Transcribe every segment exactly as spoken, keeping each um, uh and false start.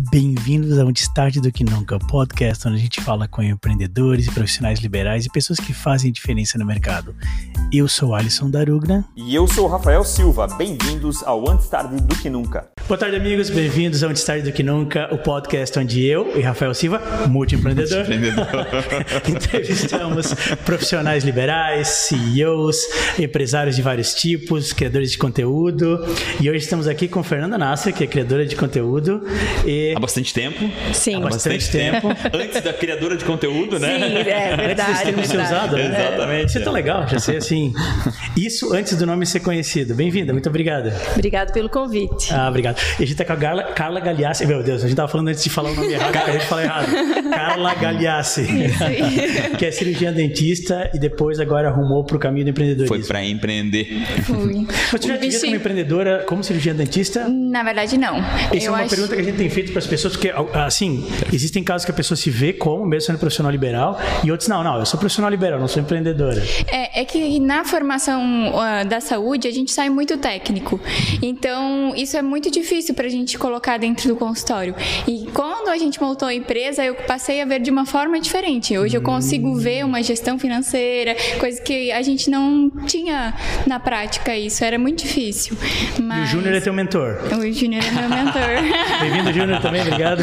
Bem-vindos ao Destaque do Que Nunca, o podcast onde a gente fala com empreendedores e profissionais liberais e pessoas que fazem diferença no mercado. Eu sou Alisson Darugna. E eu sou o Rafael Silva. Bem-vindos ao Antes Tarde do Que Nunca. Boa tarde, amigos. Bem-vindos ao Antes Tarde do Que Nunca, o podcast onde eu e Rafael Silva, multi-empreendedor, entrevistamos profissionais liberais, C E Os, empresários de vários tipos, criadores de conteúdo. E hoje estamos aqui com Fernanda Nasser, que é criadora de conteúdo. E... Há bastante tempo. Sim. Há bastante, bastante tempo. Antes da criadora de conteúdo, né? Sim, é verdade. Antes de ser usado, né? Exatamente. Isso é tão legal, já sei assim. Isso antes do nome ser conhecido. Bem-vinda, muito obrigada. Obrigado pelo convite. Ah, obrigado. E a gente tá com a Carla, Carla Gagliassi. Meu Deus, a gente tava falando antes de falar o nome errado, a gente fala errado. Carla Gagliassi, que é cirurgiã dentista e depois agora arrumou pro caminho do empreendedorismo. Foi pra empreender. Fui. Você já te viu como empreendedora, como cirurgiã dentista? Na verdade, não. Essa eu é uma acho... pergunta que a gente tem feito para as pessoas, porque, assim, existem casos que a pessoa se vê como, mesmo sendo profissional liberal, e outros, não, não, eu sou profissional liberal, não sou empreendedora. É, é que na formação uh, da saúde, a gente sai muito técnico. Então, isso é muito difícil para a gente colocar dentro do consultório. E quando a gente montou a empresa, eu passei a ver de uma forma diferente. Hoje eu consigo ver uma gestão financeira, coisa que a gente não tinha na prática isso, era muito difícil. Mas... E o Júnior é teu mentor? O Júnior é meu mentor. Bem-vindo, Júnior, também, obrigado.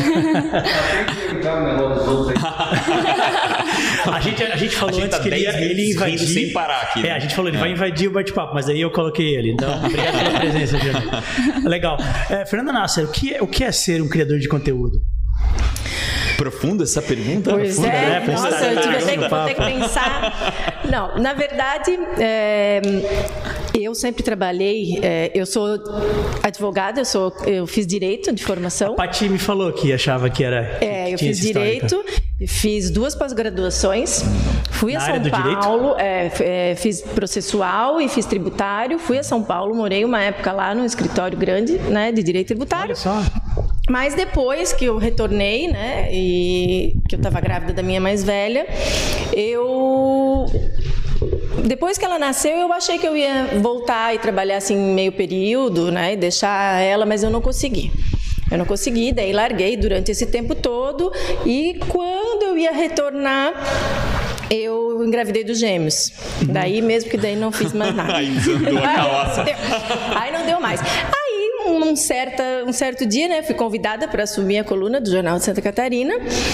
a, gente, a gente falou a gente antes tá que ele ia ele invadir. Sem parar aqui, né? É, a gente falou, ele é. vai invadir o bate-papo, mas aí eu coloquei ele. Então, obrigado pela presença, Júnior. Legal. É, Fernanda Nasser, o que, é, o que é ser um criador de conteúdo? Profunda essa pergunta? Pois Profunda, é, né? nossa, eu tive até que, vou ter que pensar. Não, na verdade, é, eu sempre trabalhei, é, eu sou advogada, eu, sou, eu fiz direito de formação. A Paty me falou que achava que era... É, eu fiz direito, fiz duas pós-graduações, fui a São Paulo, é, é, fiz processual e fiz tributário, fui a São Paulo, morei uma época lá no escritório grande, né, de direito tributário. Olha só. Mas depois que eu retornei, né, e que eu estava grávida da minha mais velha, eu... Depois que ela nasceu, eu achei que eu ia voltar e trabalhar assim meio período, né, e deixar ela, mas eu não consegui. Eu não consegui, daí larguei durante esse tempo todo e quando eu ia retornar, eu engravidei dos gêmeos. Daí mesmo que daí não fiz mais nada. Aí desandou a carroça. Aí não deu mais. Aí um, certa, um certo dia, né, fui convidada para assumir a coluna do Jornal de Santa Catarina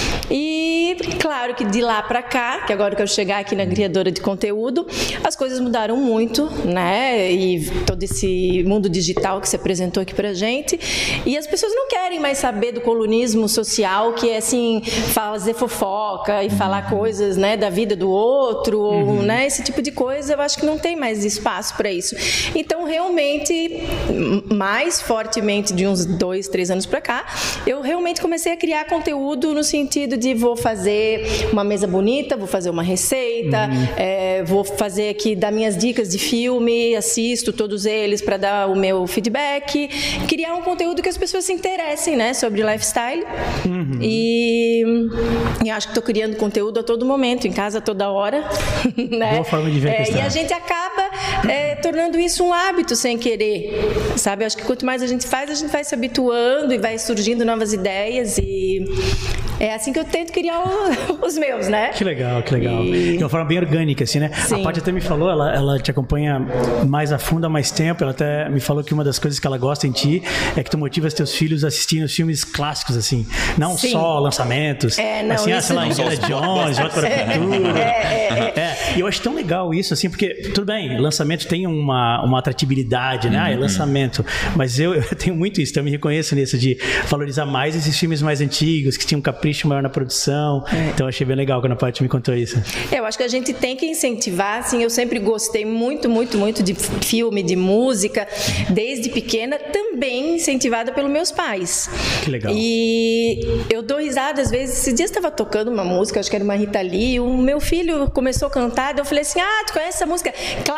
e claro que de lá para cá, que agora que eu chegar aqui na criadora de conteúdo, as coisas mudaram muito, né, e todo esse mundo digital que se apresentou aqui pra gente, e as pessoas não querem mais saber do colunismo social, que é assim, fazer fofoca e falar coisas, né, da vida do outro, ou, uhum. né, esse tipo de coisa, eu acho que não tem mais espaço para isso. Então, realmente, mais fortemente de uns dois, três anos para cá, eu realmente comecei a criar conteúdo no sentido de vou fazer uma mesa bonita, vou fazer uma receita, uhum. é, vou fazer aqui, dar minhas dicas de filme, assisto todos eles para dar o meu feedback, criar um conteúdo que as pessoas se interessem, né, sobre lifestyle. Uhum. E, e acho que estou criando conteúdo a todo momento, em casa toda hora. Né? Boa forma de ver a é, questão. E a gente acaba é, tornando isso um hábito sem querer, sabe? Acho que quanto mais a gente faz, a gente vai se habituando e vai surgindo novas ideias e é assim que eu tento criar o, os meus, né? Que legal, que legal. E... de uma forma bem orgânica, assim, né? Sim. A Paty até me falou, ela, ela te acompanha mais a fundo há mais tempo, ela até me falou que uma das coisas que ela gosta em ti é que tu motiva os teus filhos a assistirem os filmes clássicos, assim, não Sim. só lançamentos, é, não, assim, ah, sei lá, Indiana Jones, Volta para o Futuro. É, é, é. É, e eu acho tão legal isso, assim, porque, tudo bem, lançamento tem uma, uma atratividade, né? Uhum. Ah, é lançamento, mas eu, eu tenho muito isso, então eu me reconheço nisso, de valorizar mais esses filmes mais antigos, que tinham um capricho maior na produção, é. Então eu achei bem legal quando a Paty me contou isso. Eu acho que a gente tem que incentivar, assim, eu sempre gostei muito, muito, muito de filme, de música, desde pequena, também incentivada pelos meus pais. Que legal. E eu dou risada, às vezes, esses dias estava tocando uma música, acho que era uma Rita Lee, o meu filho começou a cantar, eu falei assim, ah, tu conhece essa música? Claro, né,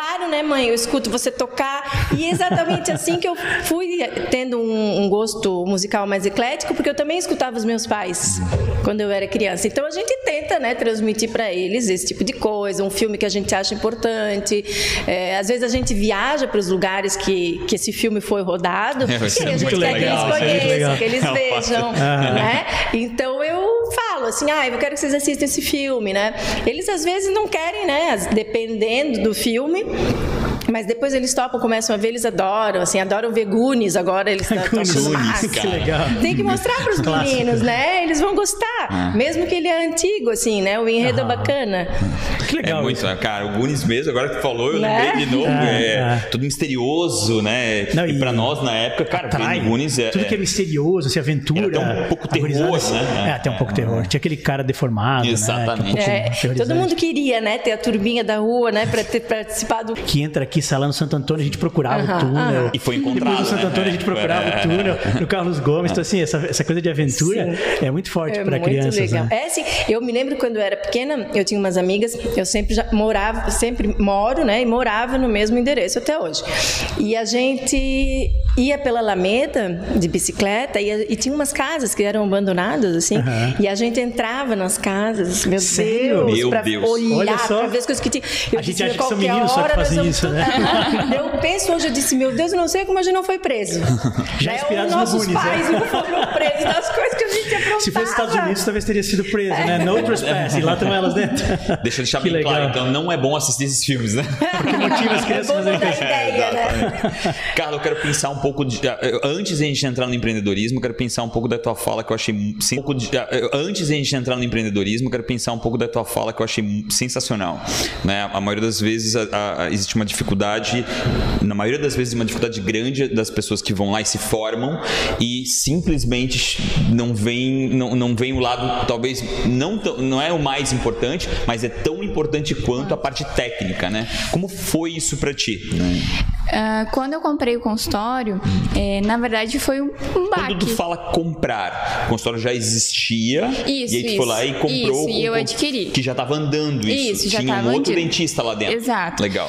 mãe, eu escuto você tocar. E é exatamente assim que eu fui tendo um, um gosto musical mais eclético, porque eu também escutava os meus pais quando eu era criança. Então a gente tenta, né, transmitir para eles esse tipo de coisa, um filme que a gente acha importante. É, às vezes a gente viaja para os lugares que, que esse filme foi rodado, É, porque isso é a gente muito quer legal, que isso é eles muito conheçam, legal. que eles É um vejam, fato. né? Então eu falo assim, ah, eu quero que vocês assistam esse filme, né? Eles às vezes não querem, né? As- Dependendo do filme. Mas depois eles topam, começam a ver, eles adoram, assim, adoram ver Goonies agora, eles estão Goonies, achando Goonies, massa. que legal. Tem que mostrar para os Clássico. meninos, né? Eles vão gostar, mesmo que ele é antigo, assim, né? O enredo é Aham. bacana. Que É legal. muito, isso. cara, o Goonies mesmo, agora que tu falou, eu Né? lembrei de novo, É, é, é. tudo misterioso, né? Não, e e pra nós, na época, cara, Atrai. ver Goonies é... Tudo que é misterioso, assim, aventura. Era até um pouco terror, agorizada, né? É, até um pouco terror. Tinha aquele cara deformado, Exatamente. né? que é um pouco É, aterrorizante. todo mundo queria, né? Ter a turminha da rua, né? Para ter participado. Que entra aqui, Salão Santo Antônio, a gente procurava Aham, o túnel. aham. E foi encontrado, Depois do Santo né? Antônio a gente procurava É. o túnel. No Carlos Gomes. Então, assim, essa, essa coisa de aventura é muito forte É para muito crianças. legal. Né? É, sim. Eu me lembro quando eu era pequena, eu tinha umas amigas, eu sempre já morava, sempre moro, né? E morava no mesmo endereço até hoje. E a gente ia pela Alameda de bicicleta e, e tinha umas casas que eram abandonadas, assim. Aham. E a gente entrava nas casas, meu Sério? Deus, Meu pra Deus. olhar, Olha só. pra ver as coisas que tinha. Eu A gente disse, acha que são qualquer meninos só que hora nós fazem vamos isso, né? tudo- Eu penso hoje, eu disse, meu Deus, eu não sei como a gente não foi preso. Já Né? inspirados Os no nossos Goonies, pais né? não foram presos das coisas que a gente aprontava. Se fosse Estados Unidos, talvez teria sido preso, né? No trespass. E lá estão elas dentro. Deixa eu deixar Que bem claro, legal. então não é bom assistir esses filmes, né? Porque motiva as crianças a É bom fazerem mudar coisa. a ideia, né? Carla, eu quero pensar um pouco de, antes de a gente entrar no empreendedorismo, eu quero pensar um pouco da tua fala que eu achei um pouco de, antes de a gente entrar no empreendedorismo, eu quero pensar um pouco da tua fala que eu achei sensacional, né? A maioria das vezes a, a, existe uma dificuldade, na maioria das vezes uma dificuldade grande das pessoas que vão lá e se formam e simplesmente não vem não, não vem o lado, talvez não tão- não é o mais importante, mas é tão importante quanto a parte técnica, né? Como foi isso pra ti? Né? Ah, quando eu comprei o consultório, é, na verdade foi um, um baque. Quando tu fala comprar, o consultório já existia Isso, e aí tu isso. foi lá e comprou Isso, e eu o- adquiri. que já estava andando isso, Isso, já tinha um tava outro andando. dentista lá dentro. Exato. Legal.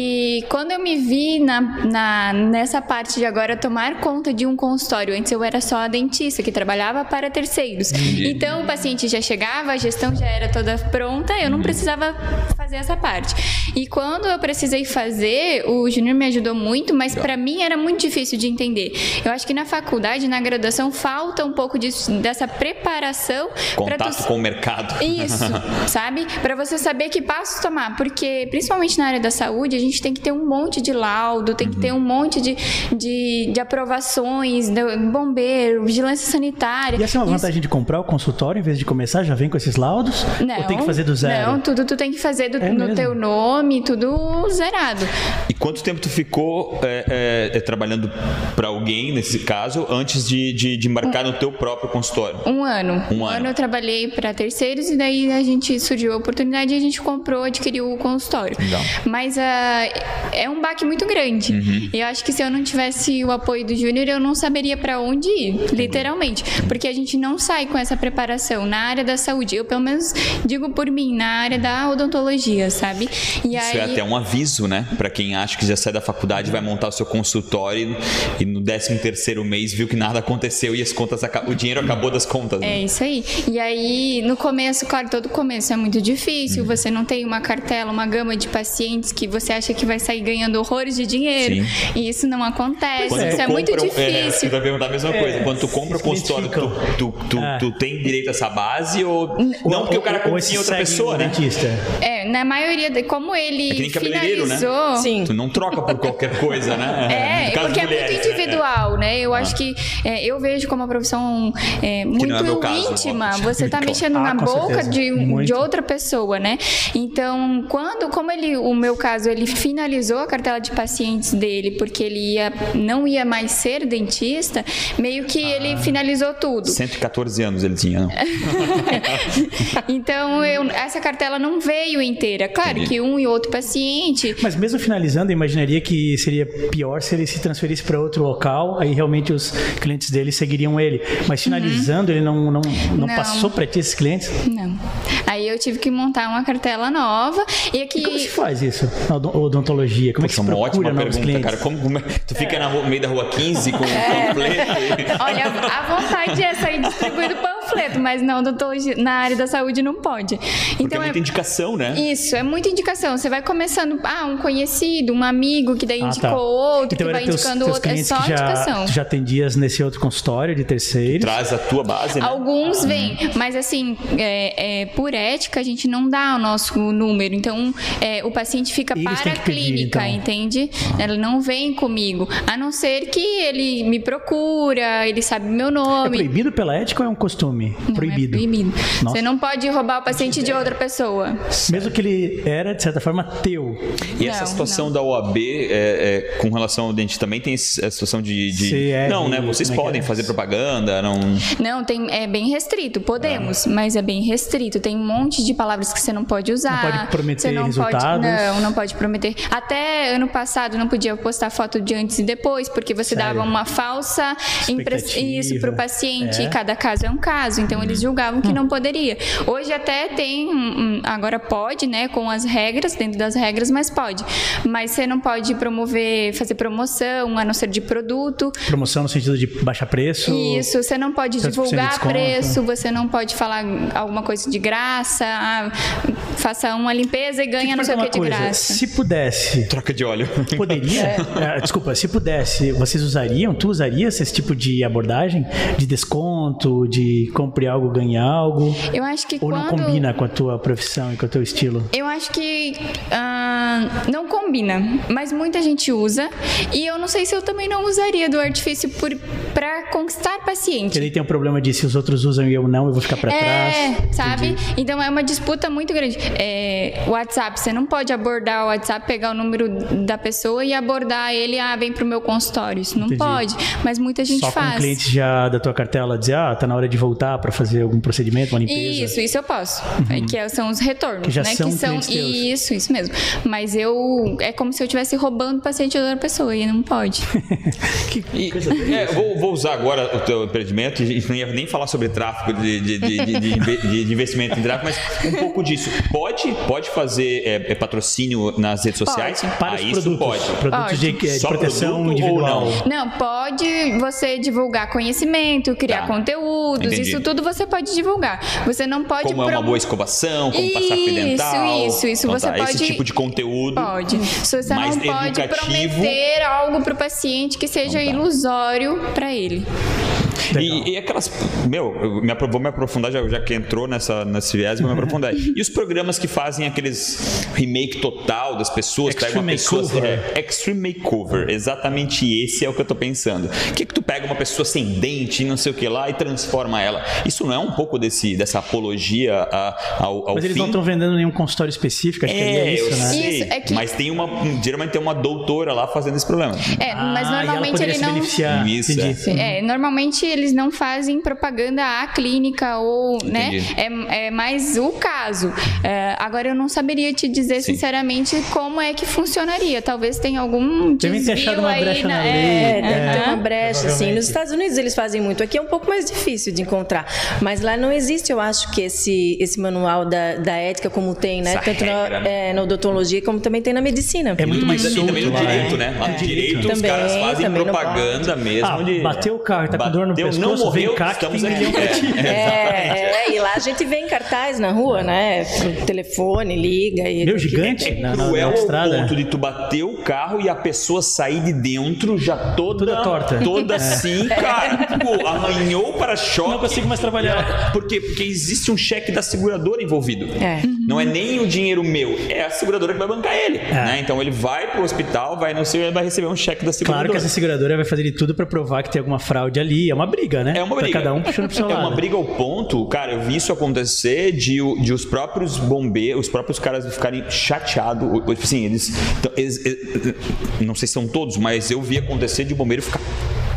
E quando eu me vi na, na- nessa parte de agora tomar conta de um consultório, antes eu era só a dentista que trabalhava para terceiros. Então o paciente já chegava, a gestão já era toda pronta, eu não precisava fazer essa parte. E quando eu precisei fazer, o Júnior me ajudou muito, mas para mim era muito difícil de entender. Eu acho que na faculdade, na graduação, falta um pouco disso, dessa preparação para Contato com o mercado. isso, sabe? Para você saber que passos tomar, porque principalmente na área da saúde, a gente tem que ter um monte de laudo, tem que ter um monte de, de, de aprovações, do bombeiro, vigilância sanitária. E essa é uma Isso- vantagem de comprar o consultório em vez de começar? Já vem com esses laudos? Não, Ou tem que fazer do zero? Não, tudo tu tem que fazer do- É no mesmo? teu nome, tudo zerado. E quanto tempo tu ficou é, é, é, trabalhando para alguém, nesse caso, antes de, de, de embarcar no teu próprio consultório? Um ano. Um ano. eu trabalhei para terceiros e daí a gente surgiu a oportunidade e a gente comprou, adquiriu o consultório. Legal. Mas ah, é um baque muito grande. Uhum. E eu acho que se eu não tivesse o apoio do Júnior, eu não saberia para onde ir, literalmente. Porque a gente não sai com essa preparação na área da saúde. Eu, pelo menos, digo por mim, na área da odontologia, sabe? E Isso aí... é até um aviso, né? Para quem acha que já sai da faculdade, vai montar o seu consultório e no décimo terceiro mês viu que nada aconteceu e as contas aca- o dinheiro acabou das contas. né? É isso aí. E aí, no começo, claro, todo começo é muito difícil. Você não tem uma cartela, uma gama de pacientes que você acha que vai sair ganhando horrores de dinheiro. Sim. E isso não acontece. Quando Isso tu é muito compra um- difícil. É, eu ia perguntar a mesma É, coisa. Quando tu compra o se consultório, tu, identificam. tu, tu, É. tu tem direito a essa base ou... Ou- Não porque o cara ou- ou confia esse em outra segue pessoa, o né? dentista. É, na maioria, de, como ele É que nem cabeleireiro, né? finalizou... Sim. Tu não troca por qualquer coisa, né? É, No caso porque de é muito mulheres, né? individual, né? Eu acho que é, eu vejo como uma profissão é, muito não é meu caso, íntima. óbvio. Você tá mexendo Ah, na com boca certeza. de, Muito. de outra pessoa, né? Então, quando, como ele, o meu caso, ele finalizou a cartela de pacientes dele, porque ele ia, não ia mais ser dentista, meio que ele finalizou tudo. cento e quatorze anos ele tinha, não? Então, eu, essa cartela não veio em inteira. Claro Entendi. que um e outro paciente... Mas mesmo finalizando, eu imaginaria que seria pior se ele se transferisse para outro local, aí realmente os clientes dele seguiriam ele. Mas finalizando, uhum. ele não, não, não, não passou para ti esses clientes? Não. Aí eu tive que montar uma cartela nova. E, aqui... e como se faz isso na odontologia? Como Poxa, é que se uma procura ótima novos pergunta, clientes? cara. Como, como é? Tu fica é. na rua, no meio da rua quinze com um é. panfleto? Olha, a vontade é sair distribuindo panfleto, mas na odontologia, na área da saúde não pode. Porque então, é muita é... indicação, né? Isso, é muita indicação. Você vai começando, ah, um conhecido, um amigo que daí ah, indicou tá. outro, então, que vai teus, indicando teus outro. É só que já, indicação. Tu já atendias nesse outro consultório de terceiros? Traz a tua base, né? Alguns vêm, mas assim, é, é, por ética, a gente não dá o nosso número. Então, é, o paciente fica Eles para a clínica, pedir, então. entende? Ele não vem comigo. A não ser que ele me procura, ele sabe o meu nome. É proibido pela ética ou é um costume? Não, proibido. É proibido. Nossa. Você não pode roubar o paciente de outra pessoa. Mesmo que ele era, de certa forma, teu. E essa não, situação não. da O A B é, é, com relação ao dente também tem essa situação de... de... C R, não, né? Vocês podem é? fazer propaganda, não... Não, tem, é bem restrito. Podemos, é. mas é bem restrito. Tem um monte de palavras que você não pode usar. Não pode prometer você não resultados. Pode, não, não pode prometer. Até ano passado não podia postar foto de antes e depois, porque você Sério? dava uma falsa impressão isso para o paciente. É. E cada caso é um caso. Então, hum. eles julgavam que hum. não poderia. Hoje até tem, agora pode, né, com as regras, dentro das regras, mas pode. Mas você não pode promover, fazer promoção, a não ser de produto. Promoção no sentido de baixar preço? Isso, você não pode divulgar preço, você não pode falar alguma coisa de graça, ah, faça uma limpeza e ganha não sei o que de coisa, graça. Se pudesse... Troca de óleo. Poderia? É. É, desculpa, se pudesse, vocês usariam, tu usarias esse tipo de abordagem? De desconto, de compre algo, ganhe algo? Eu acho que Ou quando... não combina com a tua profissão e com o teu estilo? Eu acho que uh, não combina, mas muita gente usa e eu não sei se eu também não usaria do artifício para conquistar paciente. Porque aí tem um problema de se os outros usam e eu não, eu vou ficar para é, trás. É, sabe? Entendi. Então é uma disputa muito grande. É, WhatsApp, você não pode abordar o WhatsApp, pegar o número da pessoa e abordar ele, ah, vem pro meu consultório. Isso não Entendi. Pode, mas muita gente Só faz. Só com clientes já da tua cartela dizer, ah, tá na hora de voltar para fazer algum procedimento, uma limpeza. Isso, isso eu posso. Uhum. Que são os retornos, que já né? São que são isso, isso mesmo. Mas eu é como se eu estivesse roubando o paciente de outra pessoa e não pode. que e, é, vou, vou usar agora o teu empreendimento e não ia nem falar sobre tráfego de, de, de, de, de, de investimento em tráfego, mas um pouco disso. Pode, pode fazer é, é, patrocínio nas redes pode. sociais? Para ah, os isso produtos, pode. Produtos pode. de, de proteção produto individual. Ou não? Não, pode você divulgar conhecimento, criar tá. conteúdos, Entendi. Isso tudo você pode divulgar. Você não pode... Como pro... é uma boa escovação, como isso, passar fio dental. Isso, isso, então, você tá, pode... Esse tipo de conteúdo. Pode. Você mais não pode educativo. prometer algo para o paciente que seja então, tá. ilusório para ele. E, e aquelas... Meu, eu me, vou me aprofundar, já, já que entrou nessa, nesse viés, vou me aprofundar. E os programas que fazem aqueles remake total das pessoas, pega uma pessoa... É, Extreme Makeover, exatamente esse é o que eu tô pensando. O que que tu pega uma pessoa sem dente, não sei o que lá, e transforma ela? Isso não é um pouco desse, dessa apologia a, ao, ao Mas eles fim? não estão vendendo nenhum consultório específico, acho é, que é isso, eu né? sei, isso, é que... mas tem uma... Geralmente tem uma doutora lá fazendo esse problema. É, mas ah, normalmente ele não... Isso, é. é, normalmente eles não fazem propaganda à clínica ou, Entendi. Né? É, é mais o caso. É, agora eu não saberia te dizer Sim. sinceramente como é que funcionaria. Talvez tenha algum Devem ter achado uma aí brecha na, na lei. É, é, deve ter uma brecha, assim. Nos Estados Unidos eles fazem muito. Aqui é um pouco mais difícil de encontrar. Mas lá não existe, eu acho, que esse, esse manual da, da ética como tem, né? Essa Tanto regra, na, é, na odontologia como também tem na medicina. É muito mais solto. E também no direito, né? Lá no É. direito, Também, os caras fazem propaganda mesmo. Ah, de... bateu o carro, tá com dor no Bateu, pescoço, não morreu, vem cá, estamos que tem aqui. milhão pra ti. É, é, e lá a gente vê em cartaz na rua, né? Pro telefone, liga. E Meu gigante É na, na, cruel na estrada. ao ponto de tu bater o carro e a pessoa sair de dentro já toda... Toda torta. Toda É. assim, cara. Tipo, arranhou o para-choque. Não consigo mais trabalhar. Por quê? Porque existe um cheque da seguradora envolvido. É. Não é nem o dinheiro meu, é a seguradora que vai bancar ele. É. Né? Então ele vai pro hospital, vai não sei, vai receber um cheque da seguradora. Claro que essa seguradora vai fazer de tudo pra provar que tem alguma fraude ali. É uma briga, né? É uma briga. Pra cada um puxando pro seu É lado. uma briga ao ponto, cara, eu vi isso acontecer de, de os próprios bombeiros, os próprios caras ficarem chateados. Tipo assim, eles, então, eles, eles... Não sei se são todos, mas eu vi acontecer de o bombeiro ficar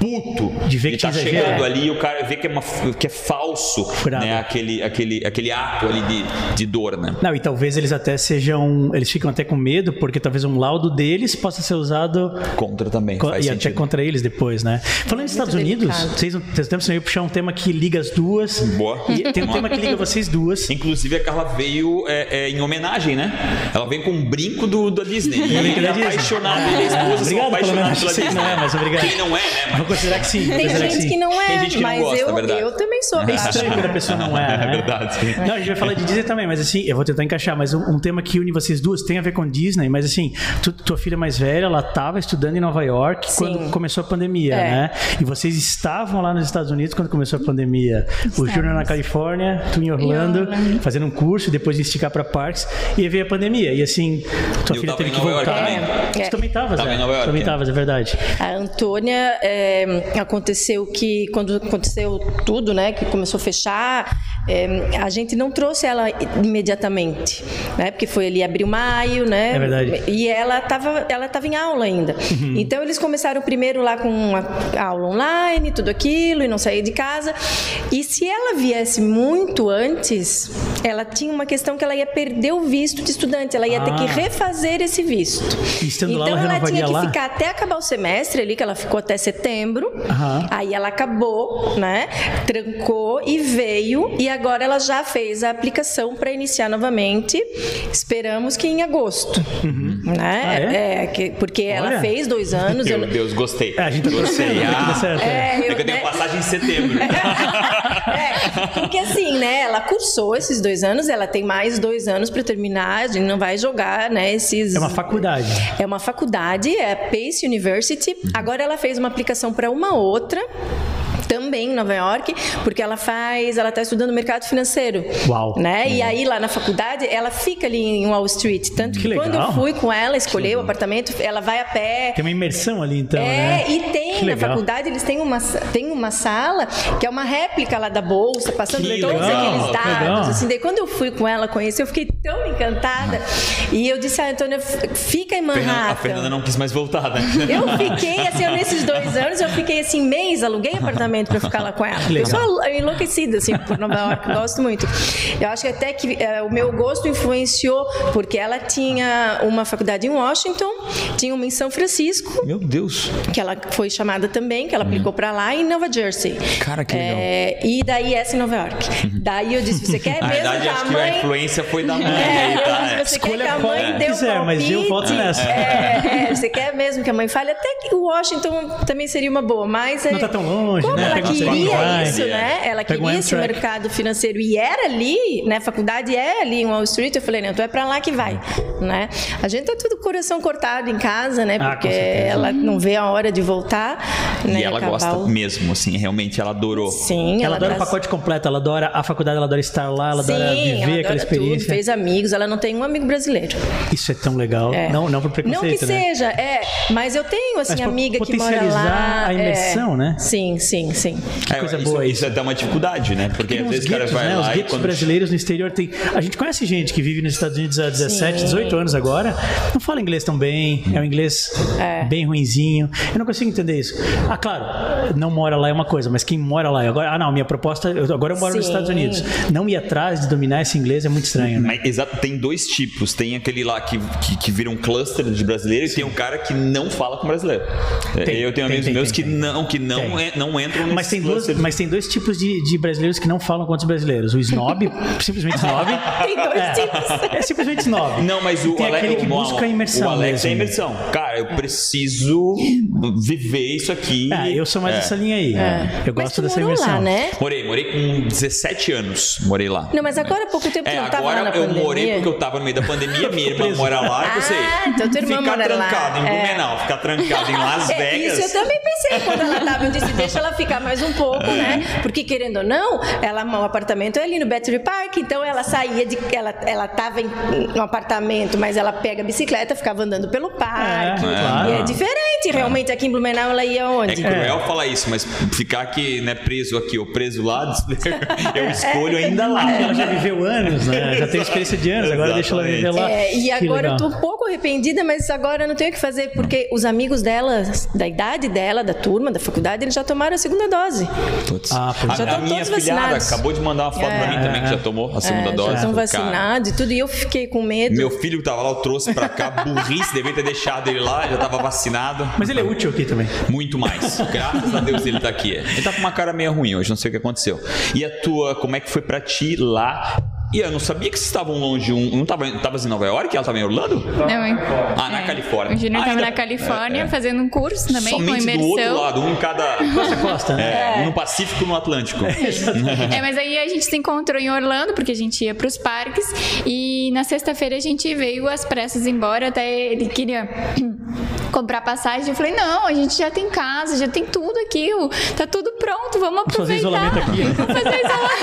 puto de ver que tá exagera. chegando ali e o cara vê que é, uma, que é falso, Furado. né? Aquele, aquele, aquele ato ali de, de dor, né? Não, e talvez eles até sejam, eles ficam até com medo, porque talvez um laudo deles possa ser usado Contra também, co- faz e sentido. até contra eles depois, né? Falando dos Estados Unidos, delicado. vocês não vocês temos que puxar um tema que liga as duas. Boa. E tem um Boa. tema que liga vocês duas. Inclusive, a Carla veio é, é, em homenagem, né? Ela vem com um brinco do, da Disney. Um brinco da E Disney. apaixonada, ele e a esposa são Obrigado pelo apaixonados menos. pela Sei que Disney. não é, mas obrigado. Quem não é, né? Vou considerar que sim. vou Tem considerar gente sim. que não é, Tem gente que não mas gosta, eu, é verdade. eu também sou. É estranho quando a pessoa não é, né? É verdade. Não, a gente vai falar de Disney também, mas assim, eu vou tentar encaixar, mas um, um tema que une vocês duas tem a ver com Disney, mas assim, tu, tua filha mais velha, ela estava estudando em Nova York Sim. quando começou a pandemia, É. né? E vocês estavam lá nos Estados Unidos quando começou a pandemia. O Júnior na Califórnia, tu em Orlando, Orlando. fazendo um curso, depois de esticar para parques, e aí veio a pandemia. E assim, tua Eu filha tava teve em que Nova York voltar. também. Tu também estavas, Tava né? em Nova York, Também é. estavas, é verdade. A Antônia, é, aconteceu que quando aconteceu tudo, né, que começou a fechar, é, a gente não trouxe ela imediatamente, né, porque foi ali abril, maio, né, É verdade. e ela estava ela tava em aula ainda. Uhum. Então eles começaram primeiro lá com uma aula online, tudo aquilo, e não saía de casa. E se ela viesse muito antes, ela tinha uma questão que ela ia perder o visto de estudante, ela ia ter Ah. que refazer esse visto. E estando então lá, ela ela renovaria tinha que lá? ficar até acabar o semestre ali, que ela ficou até setembro. Aham. Aí ela acabou, né? Trancou e veio. E agora ela já fez a aplicação para iniciar novamente. Esperamos que em agosto. Né? Ah, é? É, que- porque Olha. ela fez dois anos. eu Meu não- Deus, gostei. É, a gente tá Gostei. torcendo pra que dê Ah, certo. É, é eu, que eu tenho né? passagem em setembro. É, porque assim, né? Ela cursou esses dois anos, ela tem mais dois anos para terminar. A gente não vai jogar, né? Esses. É uma faculdade. É uma faculdade, é a Pace University. Agora ela fez uma aplicação para uma outra. Também em Nova York, porque ela faz, ela está estudando mercado financeiro. Uau. Né? E aí lá na faculdade, ela fica ali em Wall Street. Tanto que, Que quando eu legal. fui com ela, escolher o apartamento, ela vai a pé. Tem uma imersão ali, então, É, né? e tem Que na legal. faculdade, eles têm uma, tem uma sala que é uma réplica lá da bolsa, passando Que todos legal, aqueles que dados. legal. Assim, daí quando eu fui com ela conhecer, eu fiquei tão encantada. E eu disse, ah, Antônia, f- fica em Fernanda- Manhattan. a Fernanda não quis mais voltar, né? Eu fiquei, assim, eu, nesses dois anos, eu fiquei, assim, mês, aluguei apartamento pra ficar lá com ela. legal. Eu sou enlouquecida, assim, por Nova York, gosto muito. Eu acho que até que eh, o meu gosto influenciou, porque ela tinha uma faculdade em Washington, tinha uma em São Francisco, Meu Deus. que ela foi chamada também, que ela aplicou pra lá, e em Nova Jersey. Cara, que legal. É, e daí essa em Nova York. Daí eu disse, você quer Na mesmo verdade, que acho a que a mãe... influência foi da mãe. É, aí, tá? eu disse, você quer Escolha que a qual mãe dê um quiser, mas eu palpite? voto nessa. É, é, você quer mesmo que a mãe fale? Até que o Washington também seria uma boa, mas... Não tá tão longe, como né? ela Pega uma queria Spotify. isso, né? Ela Pega um queria esse Amtrak. mercado financeiro e era ali, né? A faculdade é ali em Wall Street. Eu falei, não, então é pra lá que vai, né? A gente tá tudo coração cortado em casa, né? Ah, com Porque certeza. ela não vê a hora de voltar, né? E ela acabar gosta o- mesmo, assim, realmente ela adorou. Sim, Ela adora o traz- pacote completo, ela adora a faculdade, ela adora estar lá, ela adora Sim, viver ela aquela adora experiência. tudo, fez amigos, ela não tem um amigo brasileiro. Isso é tão legal. É. Não, não por preconceito, Não que né? seja, é, mas eu tenho assim Mas pra amiga que mora potencializar lá. a imersão, é. né? Sim, sim, sim. É, coisa isso, boa isso isso. é até uma dificuldade, né? Porque Tem às uns vezes o cara guetos, vai né? Os lá e guetos quando... brasileiros no exterior tem. A gente conhece gente que vive nos Estados Unidos há dezessete, Sim. dezoito anos agora, não fala inglês tão bem, é um inglês bem ruinzinho. Eu não consigo entender isso. Ah, claro, não mora lá é uma coisa, mas quem mora lá agora, ah, não, minha proposta, eu- agora eu moro nos Sim. Estados Unidos. Não ir atrás de dominar esse inglês é muito estranho, né? Mas, exato, tem dois tipos. Tem aquele lá que, que, que vira um cluster de brasileiro e tem um cara que não fala com brasileiro. É, Tem, eu tenho tem, amigos tem, meus tem, que tem. não, que não, Tem. é- não entram nesse Mas tem, duas, cluster. mas tem dois tipos de, de brasileiros que não falam com outros brasileiros. O snob, simplesmente snob. Tem dois é, tipos. É simplesmente snob. Não, mas o, Tem Ale- aquele que o- busca a imersão O Alex mesmo. é imersão. Cara, eu preciso viver isso aqui. Ah, eu sou mais É. dessa linha aí. Eu Mas gosto tu dessa morou imersão. lá, né? Morei, morei com dezessete anos. Morei lá. Não, mas agora há pouco tempo tu É, não tava lá agora na eu pandemia. morei porque eu tava no meio da pandemia, minha irmã preso. mora lá, eu sei. Ah, então tua irmã ficar mora lá. trancado em É. Blumenau, ficar trancado em Las É, Vegas. isso eu também pensei quando ela tava. Eu disse, deixa ela ficar mais um pouco, né? Porque, querendo ou não, ela, o apartamento é ali no Battery Park, então ela saía de. Ela, ela tava em um apartamento, mas ela pega a bicicleta, ficava andando pelo parque. É, claro. E é diferente Independente realmente aqui em Blumenau, ela ia onde? É cruel é. falar isso, mas ficar aqui, né, preso aqui ou preso lá, eu escolho ainda lá. Ela já viveu anos, né? Já tem experiência de anos, agora deixa ela viver lá. É, e agora eu tô um pouco arrependida, mas agora eu não tenho o que fazer, porque os amigos dela, da idade dela, da turma, da faculdade, eles já tomaram a segunda dose. Putz. Ah, a, já a minha filhada vacinados. acabou de mandar uma foto é. pra mim também, que já tomou a segunda é, dose. Já estão vacinados e tudo, e eu fiquei com medo. Meu filho que tava lá, eu trouxe pra cá, burrice, devia ter deixado ele lá, já tava vacinado. Mas ele é útil aqui também. Muito mais. Graças a Deus ele tá aqui. Ele tá com uma cara meio ruim hoje, não sei o que aconteceu. E a tua, como é que foi pra ti lá? E eu não sabia que vocês estavam longe. Um, não tava, tava em Nova York? Ela estava em Orlando? Não, hein? Ah, na é. Califórnia. O Júnior estava ah, na Califórnia é, é. fazendo um curso também, somente com imersão. do outro lado, um em cada... Costa a costa, né? É, um no Pacífico e um no Atlântico. É, mas aí a gente se encontrou em Orlando, porque a gente ia para os parques. E na sexta-feira a gente veio às pressas embora. Até ele queria comprar passagem. Eu falei, não, a gente já tem casa, já tem tudo aqui. Tá tudo pronto, vamos aproveitar. Fazer isolamento aqui. Vamos fazer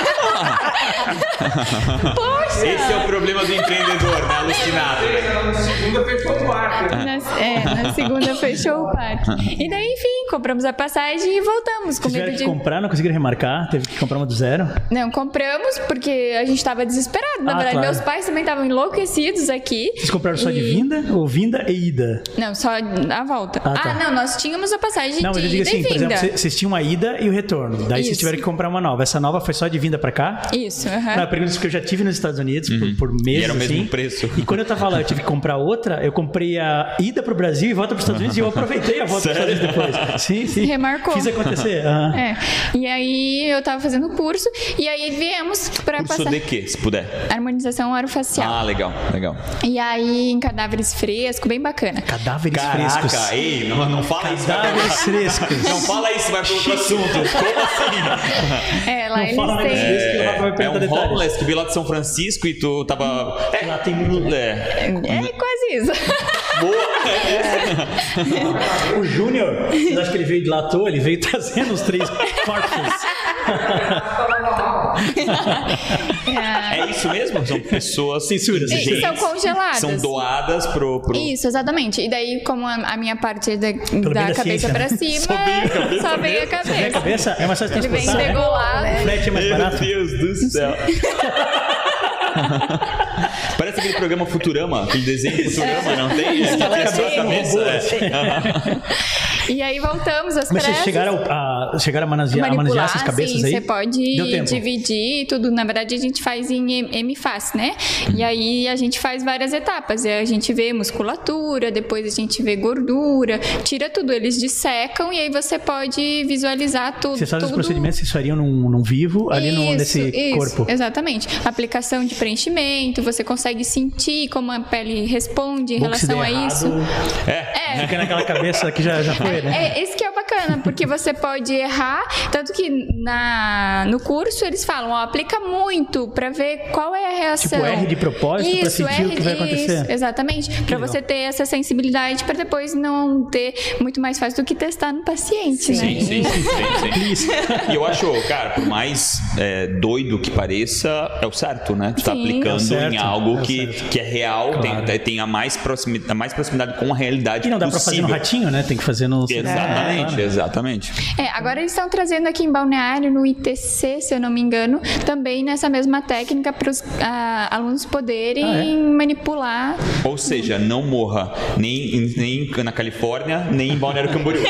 isolamento. Poxa! Esse é o problema do empreendedor, né? Alucinado. Na segunda fechou o parque. Na, é, na segunda fechou o parque. E daí, enfim, compramos a passagem e voltamos. Com Vocês medo tiveram de... que comprar, não conseguiram remarcar? Teve que comprar uma do zero? Não, compramos porque a gente tava desesperado. Na Ah, verdade, claro. meus pais também estavam enlouquecidos aqui. Vocês compraram só e... de vinda ou vinda e ida? Não, só a volta. Ah, Ah, tá. não, nós tínhamos a passagem Não, de mas eu digo ida assim, e por vinda. exemplo, vocês tinham a ida e o retorno. Daí vocês Isso. tiveram que comprar uma nova. Essa nova foi só de vinda pra cá? Isso, aham. Não, eu pergunto isso porque eu já tive nos Estados Unidos por, por meses. E era o mesmo assim. preço. E quando eu tava lá, eu tive que comprar outra. Eu comprei a ida pro Brasil e volta pros Estados Unidos. E eu aproveitei a volta pros Estados Unidos depois. Sim, sim. Remarcou. Fiz acontecer. Ah. É. E aí eu tava fazendo o curso e aí viemos pra Curso passar de quê, se puder? harmonização orofacial. Ah, legal, legal. E aí em cadáveres frescos, bem bacana. Cadáveres Caraca, frescos. ei, não, não fala isso. Cadáveres frescos. Não fala isso, vai para outro assunto. Como assim? É, lá Não eles fala um negócio têm... desse que o Rafa vai É, é perguntar um detalhes. homeless que veio lá de São Francisco e tu tava... É, Lá tem muito... é. É quase isso. Boa. O Júnior, vocês acham que ele veio de lá à toa? Ele veio trazendo os três corpos. É isso mesmo? São pessoas... Censura, Sim, censura. são congeladas. São doadas pro... pro... Isso, exatamente. E daí, como a, a minha parte da, bem da da cabeça ciência, pra né? cima, Só veio a cabeça só veio a mesmo. cabeça. Vem a cabeça? É mais fácil Ele vem transportar, né? degolado. O frete é mais Meu barato. Deus do céu. Parece aquele programa Futurama, aquele desenho Futurama, não tem? É, que tem a sua Sim. cabeça. É. E aí voltamos às Mas vocês pressas. chegaram a, chegaram a manusear, a manusear essas cabeças sim, aí? você pode Deu tempo. dividir tudo. Na verdade, a gente faz em M F A S, né? E aí a gente faz várias etapas. A gente vê musculatura, depois a gente vê gordura, tira tudo. Eles dissecam e aí você pode visualizar tudo. Vocês fazem os tudo. procedimentos, vocês fariam num, num vivo, ali no, Isso, nesse isso, corpo. Exatamente. Aplicação de preenchimento, você consegue sentir como a pele responde em Bom que se relação der a errado, isso. É. É. Fica naquela cabeça que já, já foi, né? É, esse que é o bacana, porque você pode errar, tanto que na, no curso eles falam, ó, aplica muito pra ver qual é a reação. Tipo, erre de propósito pra Isso, sentir o erre que vai de- acontecer. Isso, exatamente. Pra legal. você ter essa sensibilidade pra depois não ter muito mais fácil do que testar no paciente, né? Sim, sim, sim, sim, sim. E eu acho, cara, por mais é, doido que pareça, é o certo, né? Tu tá Sim. aplicando É o certo, em algo é o que, certo. que é real, Claro. tem, tem a, mais proximidade, a mais proximidade com a realidade E não dá pra possível. fazer no ratinho, né? Tem que fazer no... Exatamente, É. exatamente. É, agora eles estão trazendo aqui em Balneário, no I T C, se eu não me engano, também nessa mesma técnica para os alunos poderem Ah, é? manipular. Ou seja, não morra nem, nem na Califórnia, nem em Balneário Camboriú.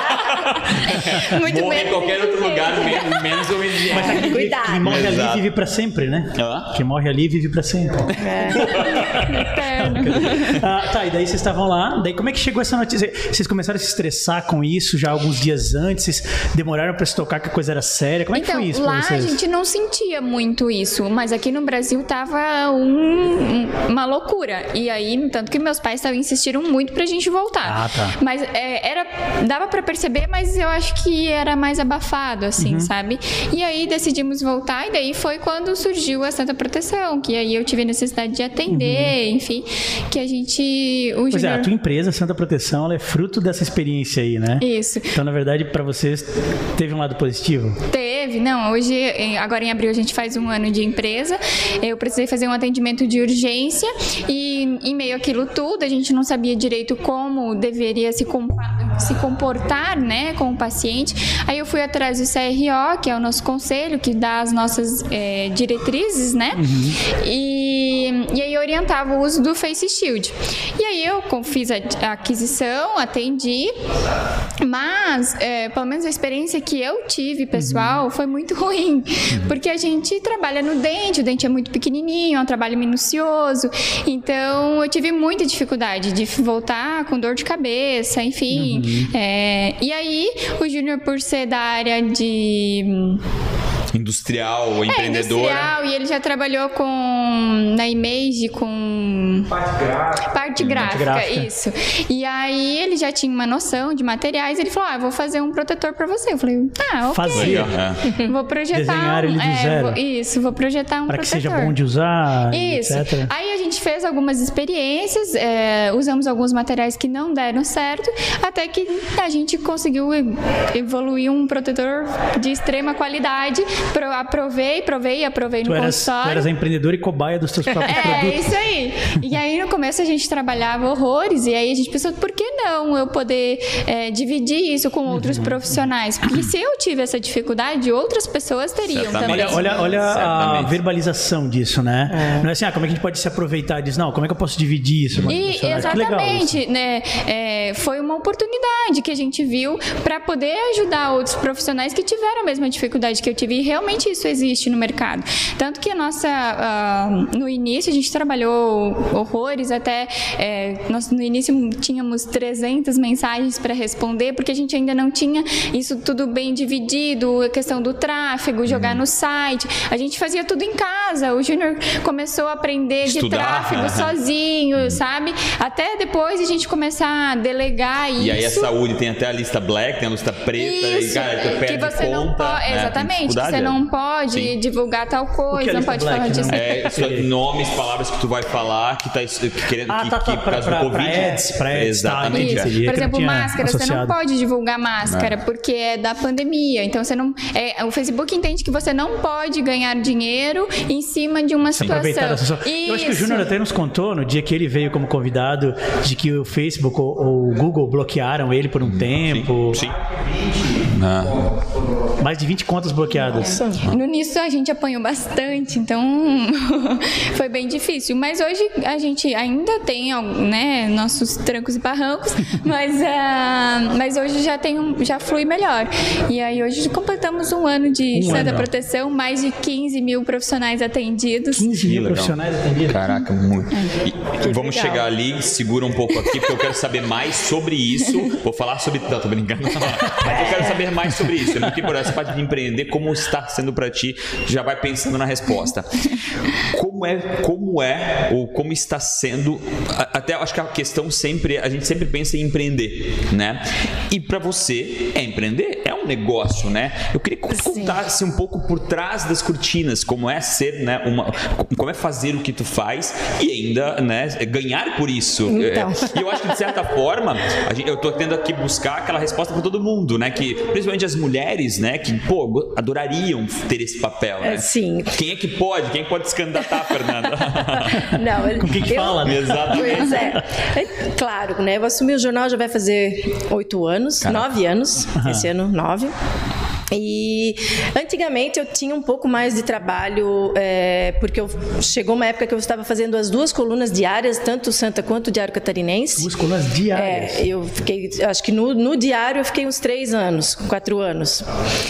Muito Morra em menos qualquer outro eficiente. lugar, menos, menos o Mas ideal. quem, Cuidado. quem morre Exato. ali vive pra sempre, né? Hã? Quem morre ali vive pra sempre. Eterno. Ah, tá, e daí vocês estavam lá, daí como é que chegou essa notícia? Vocês começaram a se estressar com isso já alguns dias antes? Vocês demoraram pra se tocar que a coisa era séria? Como é que Então, foi isso lá pra vocês? a gente não sentia muito isso, mas aqui no Brasil tava um- um- uma loucura. E aí, tanto que meus pais tavam, insistiram muito pra gente voltar. Ah, tá. Mas é, era, dava pra perceber, mas eu acho que era mais abafado, assim, Uhum. sabe? E aí decidimos voltar, e daí foi quando surgiu a Santa Proteção, que aí eu tive a necessidade de atender uhum. enfim, que a gente... O pois Junior... é, a tua empresa, Santa Proteção, ela é fruto dessa experiência aí, né? Isso. Então, na verdade, para vocês, teve um lado positivo? Teve, não, hoje, agora em abril a gente faz um ano de empresa, eu precisei fazer um atendimento de urgência e em meio àquilo tudo, a gente não sabia direito como deveria se, compa- se comportar, né, com o paciente, aí eu fui atrás do C R O, que é o nosso conselho, que dá as nossas é, diretrizes, né, uhum. e, e aí orientava o uso do Face Shield. E aí eu fiz a, a aquisição, atendi, mas, é, pelo menos a experiência que eu tive, pessoal, uhum. foi muito ruim, uhum. porque a gente trabalha no dente, o dente é muito pequenininho, é um trabalho minucioso, então eu tive muita dificuldade de voltar com dor de cabeça, enfim. Uhum. É, e aí, o Júnior, por ser da área de... industrial, é, empreendedora. Industrial, e ele já trabalhou com na Image com parte gráfica. Parte gráfica, gráfica, isso. E aí ele já tinha uma noção de materiais, ele falou: "Ah, eu vou fazer um protetor para você". Eu falei: "Ah, OK". Fazer, é. Vou projetar desenhar ele do é, zero. Vou, isso, vou projetar um pra protetor. Para que seja bom de usar, isso. etcétera. Aí a gente fez algumas experiências, é, usamos alguns materiais que não deram certo, até que a gente conseguiu evoluir um protetor de extrema qualidade. Pro, aprovei, provei, aprovei tu no eras, consultório. Tu eras a empreendedora e cobaia dos teus próprios é, produtos. É, isso aí. E aí no começo a gente trabalhava horrores, e aí a gente pensou, por que não eu poder é, dividir isso com outros uhum. profissionais? Porque se eu tive essa dificuldade, outras pessoas teriam Certamente. também. Olha, olha, olha a verbalização disso, né? É. Não é assim, ah, como é que a gente pode se aproveitar disso? Não, como é que eu posso dividir isso? E, exatamente, né? É, foi uma oportunidade que a gente viu para poder ajudar outros profissionais que tiveram a mesma dificuldade que eu tive, e realmente isso existe no mercado. Tanto que a nossa, uh, no início a gente trabalhou horrores, até é, nós no início tínhamos trezentas mensagens para responder, porque a gente ainda não tinha isso tudo bem dividido, a questão do tráfego, jogar hum. no site, a gente fazia tudo em casa, o Júnior começou a aprender Estudar. de tráfego sozinho, hum. sabe? Até depois a gente começar a delegar isso. E aí a saúde tem até a lista black, tem a lista preta, isso, e cara, tu perde que você conta, não pode, né? Exatamente, você não pode Sim. divulgar tal coisa, é não pode black, falar disso. É, nomes, palavras que tu vai falar, que tá que querendo ah, que, tá, tá, que por causa do Covid. Pra ads, pra ads, exatamente. Tá, Por exemplo, máscara, associado. você não pode divulgar máscara não. porque é da pandemia. Então você não, é, o Facebook entende que você não pode ganhar dinheiro em cima de uma Sim. situação. Eu acho que o Júnior até nos contou no dia que ele veio como convidado de que o Facebook ou, ou o Google bloquearam ele por um hum, tempo. Sim. sim. Ah. Mais de vinte contas bloqueadas. É. No início a gente apanhou bastante, então foi bem difícil. Mas hoje a gente ainda tem, né, nossos trancos e barrancos, mas, uh, mas hoje já tem um, já flui melhor. E aí hoje completamos um ano de um Santa ano. Proteção, mais de quinze mil profissionais atendidos. quinze mil profissionais atendidos? Caraca, muito. É. E, vamos legal. chegar ali, segura um pouco aqui, porque eu quero saber mais sobre isso. Vou falar sobre... Não, tô brincando. Mas eu quero saber mais sobre isso. É muito importante essa parte de empreender, como está sendo para ti, já vai pensando na resposta. Como é, como é, ou como está sendo, até acho que a questão sempre, a gente sempre pensa em empreender, né? E para você, é empreender? É um negócio, né? Eu queria que tu contasse um pouco por trás das cortinas, como é ser, né, uma, como é fazer o que tu faz e ainda, né, ganhar por isso. Então. E eu acho que, de certa forma, a gente, eu tô tendo aqui buscar aquela resposta para todo mundo, né? Que, principalmente as mulheres, né? Que, pô, adorariam ter esse papel, né? Sim. Quem é que pode? Quem pode se candidatar, Fernanda? Não, ele, com quem que eu, fala, né? Exatamente. Pois é. é. Claro, né? Eu vou assumir o jornal, já vai fazer oito anos, Caraca. nove anos, uhum. esse ano, nove. E antigamente eu tinha um pouco mais de trabalho, é, porque eu, chegou uma época que eu estava fazendo as duas colunas diárias, tanto Santa quanto o Diário Catarinense. Duas colunas diárias? É, eu fiquei, acho que no, no diário eu fiquei uns três anos, quatro anos.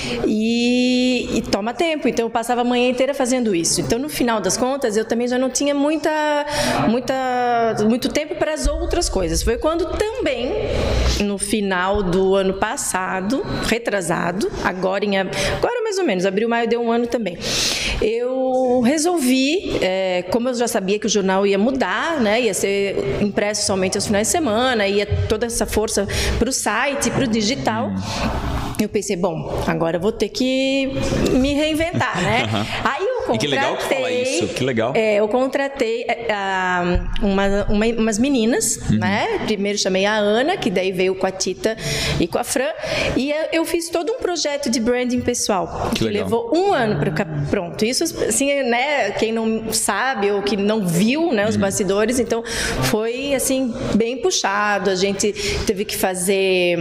E, e toma tempo, então eu passava a manhã inteira fazendo isso. Então no final das contas eu também já não tinha muita, muita, muito tempo para as outras coisas. Foi quando também, no final do ano passado, retrasado, agora Em, agora mais ou menos, abril, maio deu um ano também. Eu resolvi, é, como eu já sabia que o jornal ia mudar, né, ia ser impresso somente aos finais de semana, ia toda essa força para o site, para o digital. Eu pensei, bom, agora eu vou ter que me reinventar, né? Uhum. Aí eu E que legal que fala isso, que legal. É, eu contratei uh, uma, uma, umas meninas, uhum. né? Primeiro chamei a Ana, que daí veio com a Tita e com a Fran, e eu, eu fiz todo um projeto de branding pessoal, que, que levou um ano para ficar pronto. Isso, assim, né? Quem não sabe ou que não viu, né? Os uhum. bastidores, então foi, assim, bem puxado. A gente teve que fazer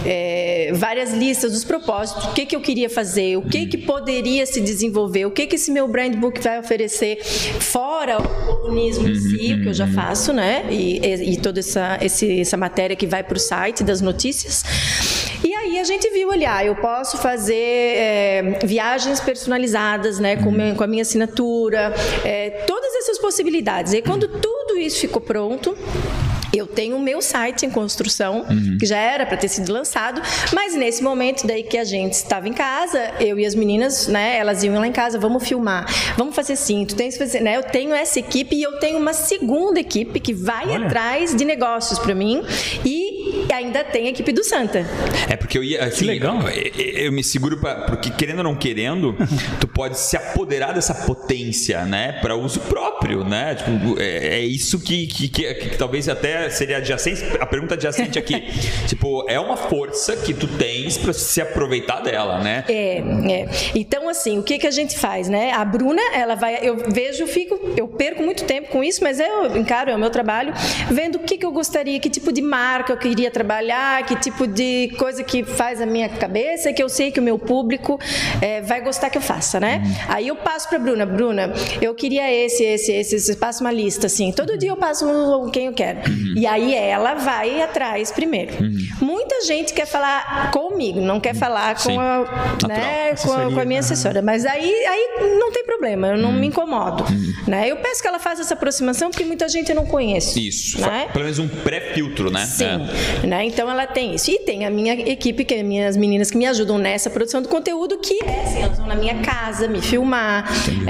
é, várias listas dos propósitos, o que, que eu queria fazer, o que, que poderia se desenvolver, o que, que esse meu brand book vai oferecer, fora o comunismo em si, o que eu já faço, né? E, e, e toda essa, esse, essa matéria que vai para o site das notícias. E aí a gente viu ali, ah, eu posso fazer é, viagens personalizadas, né, com, meu, com a minha assinatura, é, todas essas possibilidades. E quando tudo isso ficou pronto, eu tenho o meu site em construção, uhum. que já era para ter sido lançado, mas nesse momento daí que a gente estava em casa, eu e as meninas, né, elas iam lá em casa, vamos filmar, vamos fazer assim, tu tens que fazer, né, eu tenho essa equipe e eu tenho uma segunda equipe que vai Olha. atrás de negócios para mim e ainda tem a equipe do Santa. É porque eu ia, assim, que legal. Eu, eu me seguro para, porque querendo ou não querendo, tu pode se apoderar dessa potência, né, para uso próprio, né, tipo, é, é isso que, que, que, que talvez até seria adjacente, a pergunta adjacente aqui, tipo, é uma força que tu tens para se aproveitar dela, né? É, é. Então, assim, o que que a gente faz, né? A Bruna, ela vai, eu vejo, fico, eu perco muito tempo com isso, mas eu encaro, é o meu trabalho, vendo o que que eu gostaria, que tipo de marca eu queria trabalhar, que tipo de coisa que faz a minha cabeça, que eu sei que o meu público é, vai gostar que eu faça, né? Uhum. Aí eu passo pra Bruna, Bruna, eu queria esse, esse, esse, esse, passo uma lista, assim, todo dia eu passo quem eu quero. Uhum. E aí ela vai atrás primeiro. Uhum. Muita gente quer falar comigo, não quer falar com a, né, com, a, com a minha assessora. Mas aí, aí não tem problema, eu não uhum. me incomodo. Uhum. Né? Eu peço que ela faça essa aproximação, porque muita gente eu não conheço. Isso, né? Pelo menos um pré-filtro, né? Sim, é. Né? Então ela tem isso. E tem a minha equipe, que é minhas meninas que me ajudam nessa produção do conteúdo, que é assim, elas vão na minha casa me filmar,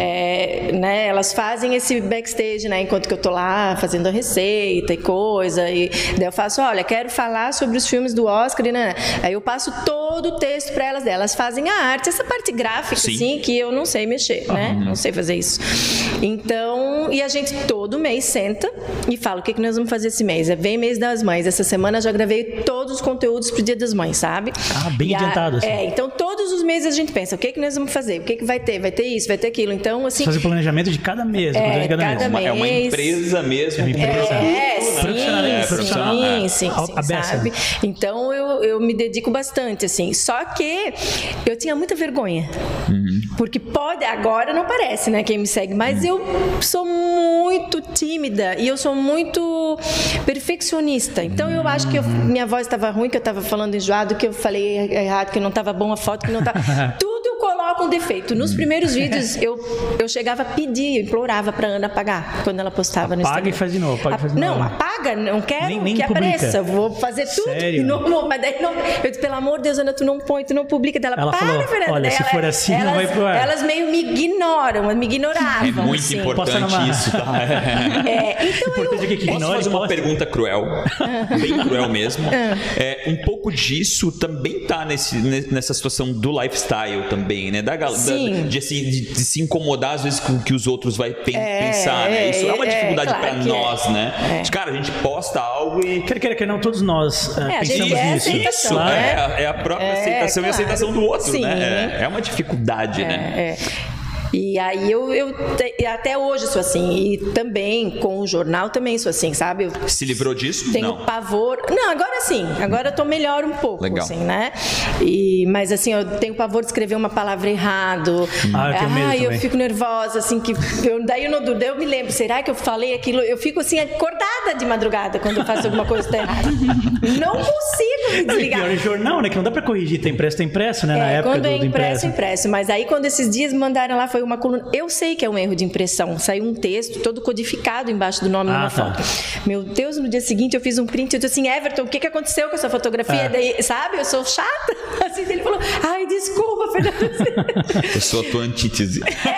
é, né? Elas fazem esse backstage, né? Enquanto que eu tô lá fazendo a receita e coisa. E daí eu faço, olha, quero falar sobre os filmes do Oscar, né? Aí eu passo todo o texto para elas, elas fazem a arte, essa parte gráfica, Sim. assim, que eu não sei mexer, uhum. né? Não sei fazer isso. Então, e a gente todo mês senta e fala, o que que nós vamos fazer esse mês? Vem mês das mães, essa semana eu já gravei todos os conteúdos pro Dia das Mães, sabe? Ah, bem e adiantado, a, assim. É, então todos os meses a gente pensa, o que que nós vamos fazer? O que que vai ter? Vai ter isso, vai ter aquilo. Então, assim... Fazer o planejamento de cada mês, é, de cada, cada mês. mês. É uma empresa mesmo. É uma empresa. É, sim, profissional, é, profissional. sim, sim, sim, Aberta. sabe? Então eu, eu me dedico bastante, assim. Só que eu tinha muita vergonha. Uhum. Porque pode, agora não parece, né, quem me segue, mas uhum. eu sou muito tímida e eu sou muito perfeccionista. Então eu acho que eu, minha voz estava ruim, que eu estava falando enjoado, que eu falei errado, que não estava bom a foto, que não estava... Tudo eu coloco um defeito. Nos primeiros vídeos eu, eu chegava a pedir, eu implorava pra Ana apagar quando ela postava no Instagram. Apaga e faz de novo. Apaga e faz de não, novo. apaga, não quero nem, nem que publica. apareça. Vou fazer tudo. Sério? Não, mas daí não. Eu disse, pelo amor de Deus, Ana, tu não põe, tu não publica. Dela, ela para, falou, Fernanda. olha, daí se ela, for assim, elas, não vai pro ar. Elas meio me ignoram, me ignoravam. É muito assim. importante isso, tá? É, então importante eu... é que Posso ignore, fazer uma posta. pergunta cruel? Bem cruel mesmo. É, um pouco disso também tá nesse, nessa situação do lifestyle também, né? Da, da, de, assim, de, de se incomodar às vezes com o que os outros vão pen, é, pensar, né? Isso é, é uma dificuldade é, claro para nós, é. né? É. Cara, a gente posta algo e... Quer queira, quer não, todos nós uh, é, pensamos é nisso. Isso, claro. é, é a própria é, aceitação claro. e aceitação do outro, Sim. né? É, é uma dificuldade, é, né? É. E aí eu, eu até hoje sou assim, e também com o jornal também sou assim, sabe? Eu Se livrou disso? Tenho Não. pavor. Não, agora sim, agora eu tô melhor um pouco, Legal. assim, né? E, mas assim, eu tenho pavor de escrever uma palavra errado. Ah, eu tenho medo ah, eu também. fico nervosa, assim, que eu, daí eu, não, daí eu me lembro, será que eu falei aquilo? Eu fico assim, acordada de madrugada quando eu faço alguma coisa que tá errada. Não consigo me Não, e desligar. pior, em jornal, né? Que não dá pra corrigir, tá impresso, tá impresso, né? Na É, época quando do, é do impresso, impresso. impresso. Mas aí, quando esses dias me mandaram lá, foi uma coluna. Eu sei que é um erro de impressão. Saiu um texto todo codificado embaixo do nome Ah, numa tá. foto. Meu Deus, no dia seguinte eu fiz um print e eu disse assim, Everton, o que, que aconteceu com essa fotografia? É. Daí, sabe, eu sou chata. Assim, ele falou, ai, desculpa, Fernanda. Eu sou a tua antítese. É,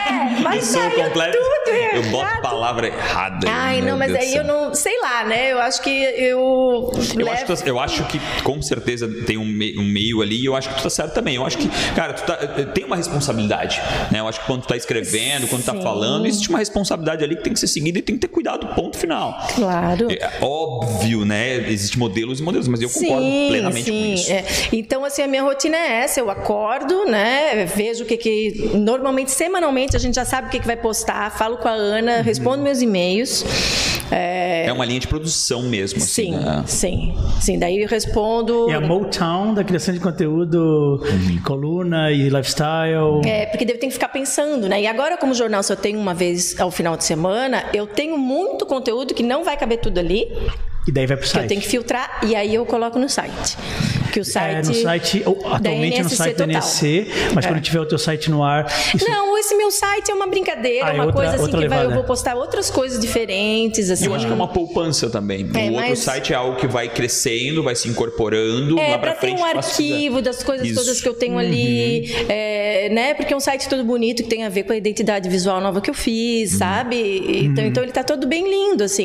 Mas sou saiu completo. tudo errado. Eu boto a palavra errada. Ai, meu não, mas Deus aí do eu céu. não... Sei lá, né? Eu acho que eu... Eu levo... acho, que, eu acho que com certeza tem um, me, um meio ali e eu acho que tu tá certo também. Eu acho que, cara, tu tá, tem uma responsabilidade, né? Eu acho que quando tu tá escrevendo, quando tu tá Sim. falando, existe uma responsabilidade ali que tem que ser seguida e tem que ter cuidado, ponto final. Claro. É óbvio, né? Existem modelos e modelos, mas eu concordo Sim, plenamente sim. com isso. É. Então, assim, a minha rotina é essa. Eu acordo, né? Vejo o que que... Normalmente, semanalmente, a gente já sabe o que que vai postar. Falo com a Ana, Uhum. respondo meus e-mails. É... É uma linha de produção mesmo, assim, Sim, né? sim. Sim, daí eu respondo... É a Motown da criação de conteúdo, coluna e lifestyle. É, porque daí eu tenho que ficar pensando, né? E agora, como o jornal só tem uma vez ao final de semana, eu tenho muito conteúdo que não vai caber tudo ali, E daí vai pro que site. eu tenho que filtrar, e aí eu coloco no site. Que o site... É, no site, ou, atualmente N no S C site da N S C, mas É. quando tiver o teu site no ar... Isso... Não, esse meu site é uma brincadeira, Ah, é uma outra- coisa assim outra que vai, eu levada. vou postar outras coisas diferentes, assim. E eu acho que é uma poupança também. É, o outro mas- site é algo que vai crescendo, vai se incorporando, É, lá pra pra ter frente. um faça o que quiser. arquivo das coisas Isso. todas que eu tenho ali, é, né? Porque é um site todo bonito que tem a ver com a identidade visual nova que eu fiz, sabe? Então, então ele tá todo bem lindo, assim.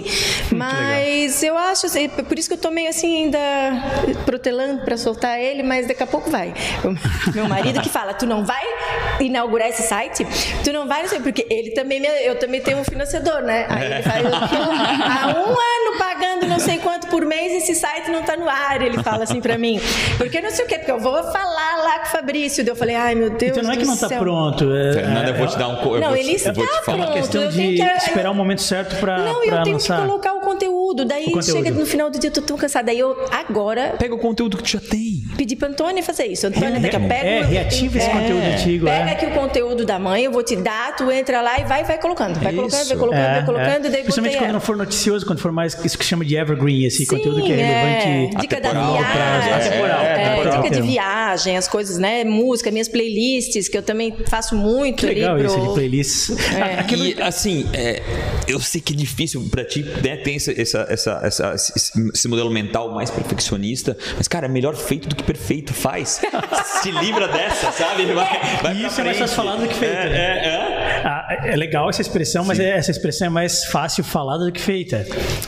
Mas eu acho, assim, por isso que eu tô meio assim ainda protelando pra soltar ele, mas daqui a pouco vai. O meu marido que fala, tu não vai inaugurar esse site? Tu não vai, não sei, porque ele também, me- eu também tenho um financiador, né? Aí ele faz, eu tô há um ano pagando não sei quanto por mês, esse site não tá no ar, ele fala assim pra mim. Porque não sei o quê, porque eu vou falar lá com o Fabrício. Daí eu falei, ai meu Deus Então não é que do não tá céu. pronto. É, Fernanda, é, eu vou te dar um... co- eu Não, vou te- ele eu está vou te é falar. uma pronto. questão eu tenho de que- esperar o momento certo pra, Não, pra eu tenho lançar. que colocar o conteúdo. Daí O conteúdo. chega no final do dia, eu tô tão cansada. Daí eu, agora, Pega o conteúdo que tu já tem. pedi pra Antônia fazer isso. Antônia, É, daqui a pouco pega... é, o- reativa esse conteúdo antigo, Pega é. aqui o conteúdo da mãe, eu vou te dar, tu entra lá e vai, vai colocando. Vai colocando, Isso. vai colocando, É, vai colocando. é. E daí Principalmente botei quando a- não for noticioso, quando for mais isso que chama de evergreen, esse Sim, conteúdo que é relevante. é. Dica da Atemporal. viagem. É, atemporal, É, atemporal. dica de viagem, as coisas, né? Música, minhas playlists, que eu também faço muito Que ali legal pro... isso de playlists. É. Aquilo- E assim, é, eu sei que é difícil pra ti, né? Tem essa, essa, essa, essa- esse, esse modelo mental mais perfeccionista, mas cara, melhor feito do que perfeito, faz. Se livra dessa, sabe? Vai, vai E pra isso é mais frente. fácil falado do que feito, É, né? é, é. Ah, é legal essa expressão, mas é- essa expressão é mais fácil falada do que feita.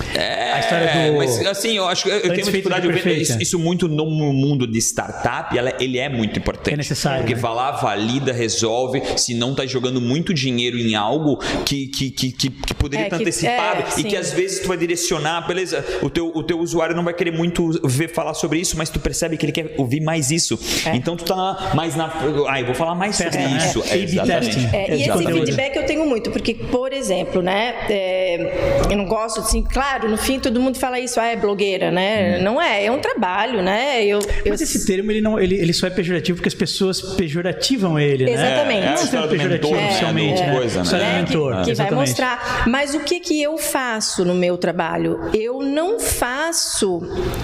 É, A história do- mas assim, eu acho que eu tenho uma feito dificuldade do de ver perfeito. isso, isso muito no mundo de startup, ela- ele é muito importante. É necessário, Porque né? vai lá, valida, resolve, se não tá jogando muito dinheiro em algo que, que, que, que, que poderia É, estar que- antecipado é, e que sim. às vezes tu vai direcionar, beleza, o teu, o teu usuário não vai querer muito ver falar sobre isso, mas tu percebe que ele quer ouvir mais isso. É. Então tu tá mais na... Ah, eu vou falar mais sobre Testa, né? isso. A B testing. É, e esse Conteúdo. feedback eu tenho muito, porque, por exemplo, né, é, eu não gosto, assim, claro, no fim todo mundo fala isso, ah, é blogueira, né? Não é, é um trabalho, né? Eu, eu- Mas esse termo ele, não, ele, ele só é pejorativo porque as pessoas pejorativam ele, né? Exatamente. É, é a Não é um história termo do mentor, pejorativo né? oficialmente, É, né? coisa, né? Só é né, que, mentor, que vai exatamente. mostrar. Mas o que, que eu faço no meu trabalho? Eu não faço,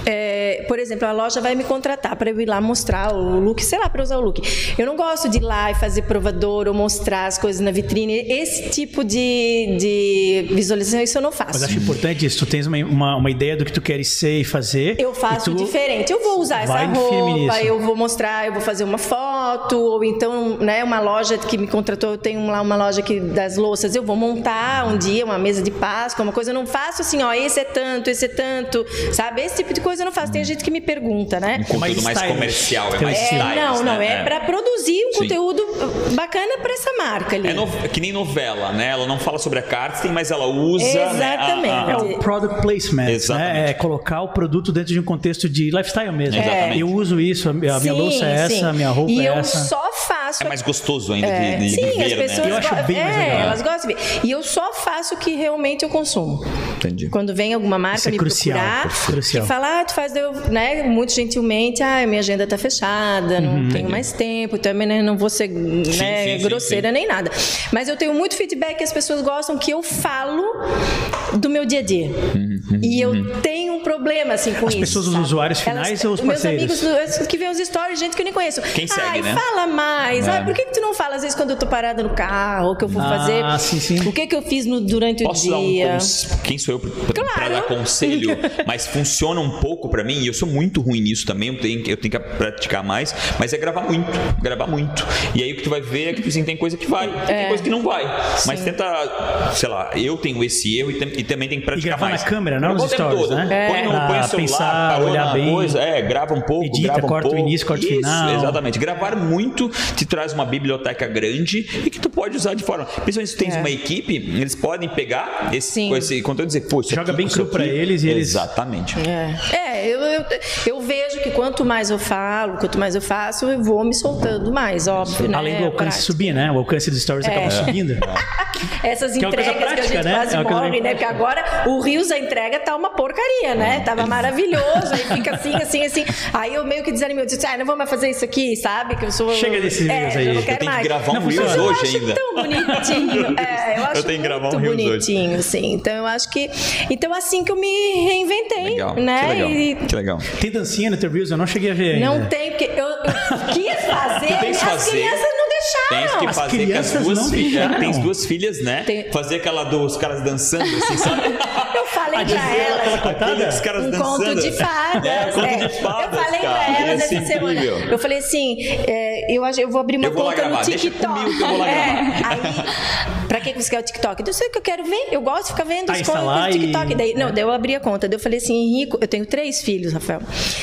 é, por exemplo, a loja vai me contratar para eu ir lá mostrar o look, sei lá, para usar o look. Eu não gosto de ir lá e fazer provador ou mostrar as coisas na vitrine. Esse tipo de, de visualização, isso eu não faço. Mas acho importante isso. Tu tens uma, uma, uma ideia do que tu queres ser e fazer. Eu faço e tu diferente. Eu vou usar essa vai firme roupa, nisso. eu vou mostrar, eu vou fazer uma foto, ou então, né, uma loja que me contratou, eu tenho lá uma loja que, das louças, eu vou montar um dia uma mesa de Páscoa, uma coisa, eu não faço assim, ó, esse é tanto, esse é tanto, sabe? Esse tipo de coisa eu não faço. Tem gente que me pergunta, né? Um conteúdo mais stylish. comercial, é Teu mais estilo. É, stylish, não, não, né? é pra produzir um Sim. conteúdo bacana pra essa marca ali. É, no- é que nem novela, né? Ela não fala sobre a Karsten, mas ela usa... Exatamente. Né, a- a- É o product placement, Exatamente. né? É colocar o produto dentro de um contexto de lifestyle mesmo. Exatamente. Eu uso isso, a minha, a minha Sim, louça é sim. essa, a minha roupa e é eu essa. só faço É mais gostoso ainda É, de, de, sim, de ver, as pessoas né? Eu acho go- bem mais é, legal. elas gostam de ver. E eu só faço o que realmente eu consumo. Entendi. Quando vem alguma marca Isso é me crucial, procurar, crucial. que fala, ah, tu faz, eu, né, muito gentilmente, ah, minha agenda tá fechada, não tenho Entendi. mais tempo, também né, não vou ser né, sim, sim, grosseira sim. nem nada. Mas eu tenho muito feedback que as pessoas gostam que eu falo do meu dia a dia. E eu tenho um problema, assim, com As isso. pessoas, os sabe? usuários finais ou os meus parceiros? amigos que veem os stories, gente que eu nem conheço. Quem segue, Ai, né? fala mais, ah, por que, que tu não fala, às vezes, quando eu tô parada no carro, ou que eu vou Ah, fazer, sim, sim. o que que eu fiz no, durante Posso o dar um dia? cons... Quem sou eu pra, Claro. pra dar conselho? Mas funciona um pouco pra mim, e eu sou muito ruim nisso também, eu tenho, eu tenho que praticar mais, mas é gravar muito, gravar muito. E aí o que tu vai ver é que assim, tem coisa que vai, e tem coisa que não vai. Mas tenta, sei lá, eu tenho esse erro e, tem, e também tem que E praticar gravar mais. na câmera, não Grava nos o tempo stories, todo. né? Põe, no, Pra põe o celular, pensar, parou olhar na bem. coisa, é, grava um pouco, Edita, grava um corta o pouco. início, corta o Isso, final. exatamente. Gravar muito te traz uma biblioteca grande e que tu pode usar de forma... Principalmente se tu tens É. uma equipe, eles podem pegar esse, Sim. esse conteúdo e dizer, pô, isso Joga aqui, bem isso cru pra aqui- eles e eles- Exatamente. É, é eu, eu, eu vejo que quanto mais eu falo, quanto mais eu faço, eu vou me soltando mais, óbvio, né? Além do alcance Prático. subir, né? O alcance dos stories acaba subindo. Essas Que é uma coisa entregas que a prática, gente né? quase É uma coisa morre, bem né? Porque agora o Rios da entrega tá uma porcaria, né? Tava maravilhoso, aí fica assim, assim, assim. Aí eu meio que desanimei, eu disse, ah, não vou mais fazer isso aqui, sabe? Que eu sou... Chega desses é, Reels aí. eu não Eu quero tenho que mais. gravar um Não, Reels mas eu hoje acho ainda. tão bonitinho. É, eu acho tenho que gravar muito um Reels hoje. bonitinho, sim. Então eu acho que... Então assim que eu me reinventei, Legal, né? que legal, E que legal. Tem dancinha no teu Reels? Eu não cheguei a ver ainda. não tem, porque eu, eu quis fazer, Tu tens as que fazer. crianças não deixaram. Tens que As fazer com as crianças duas não filhas. deixaram. Tens duas filhas, né? Tem- Fazer aquela dos caras dançando, assim, sabe? Eu falei A pra Gisela, aquela elas. coitada? Aqueles caras Um dançando. conto de fadas. É, conto é. de fadas, Eu falei cara. pra elas Ia ser essa semana. incrível. Eu falei assim: é, eu, acho- eu vou abrir uma Eu vou lá conta gravar, no deixa TikTok. comigo que eu vou lá É, gravar. aí, pra que você quer o TikTok? Eu sei o que eu quero ver. Eu gosto de ficar vendo Ah, os instalar contos do e- TikTok. Daí, não, é. daí eu abri a conta. Daí eu falei assim: Henrico, eu tenho três filhos, Rafael.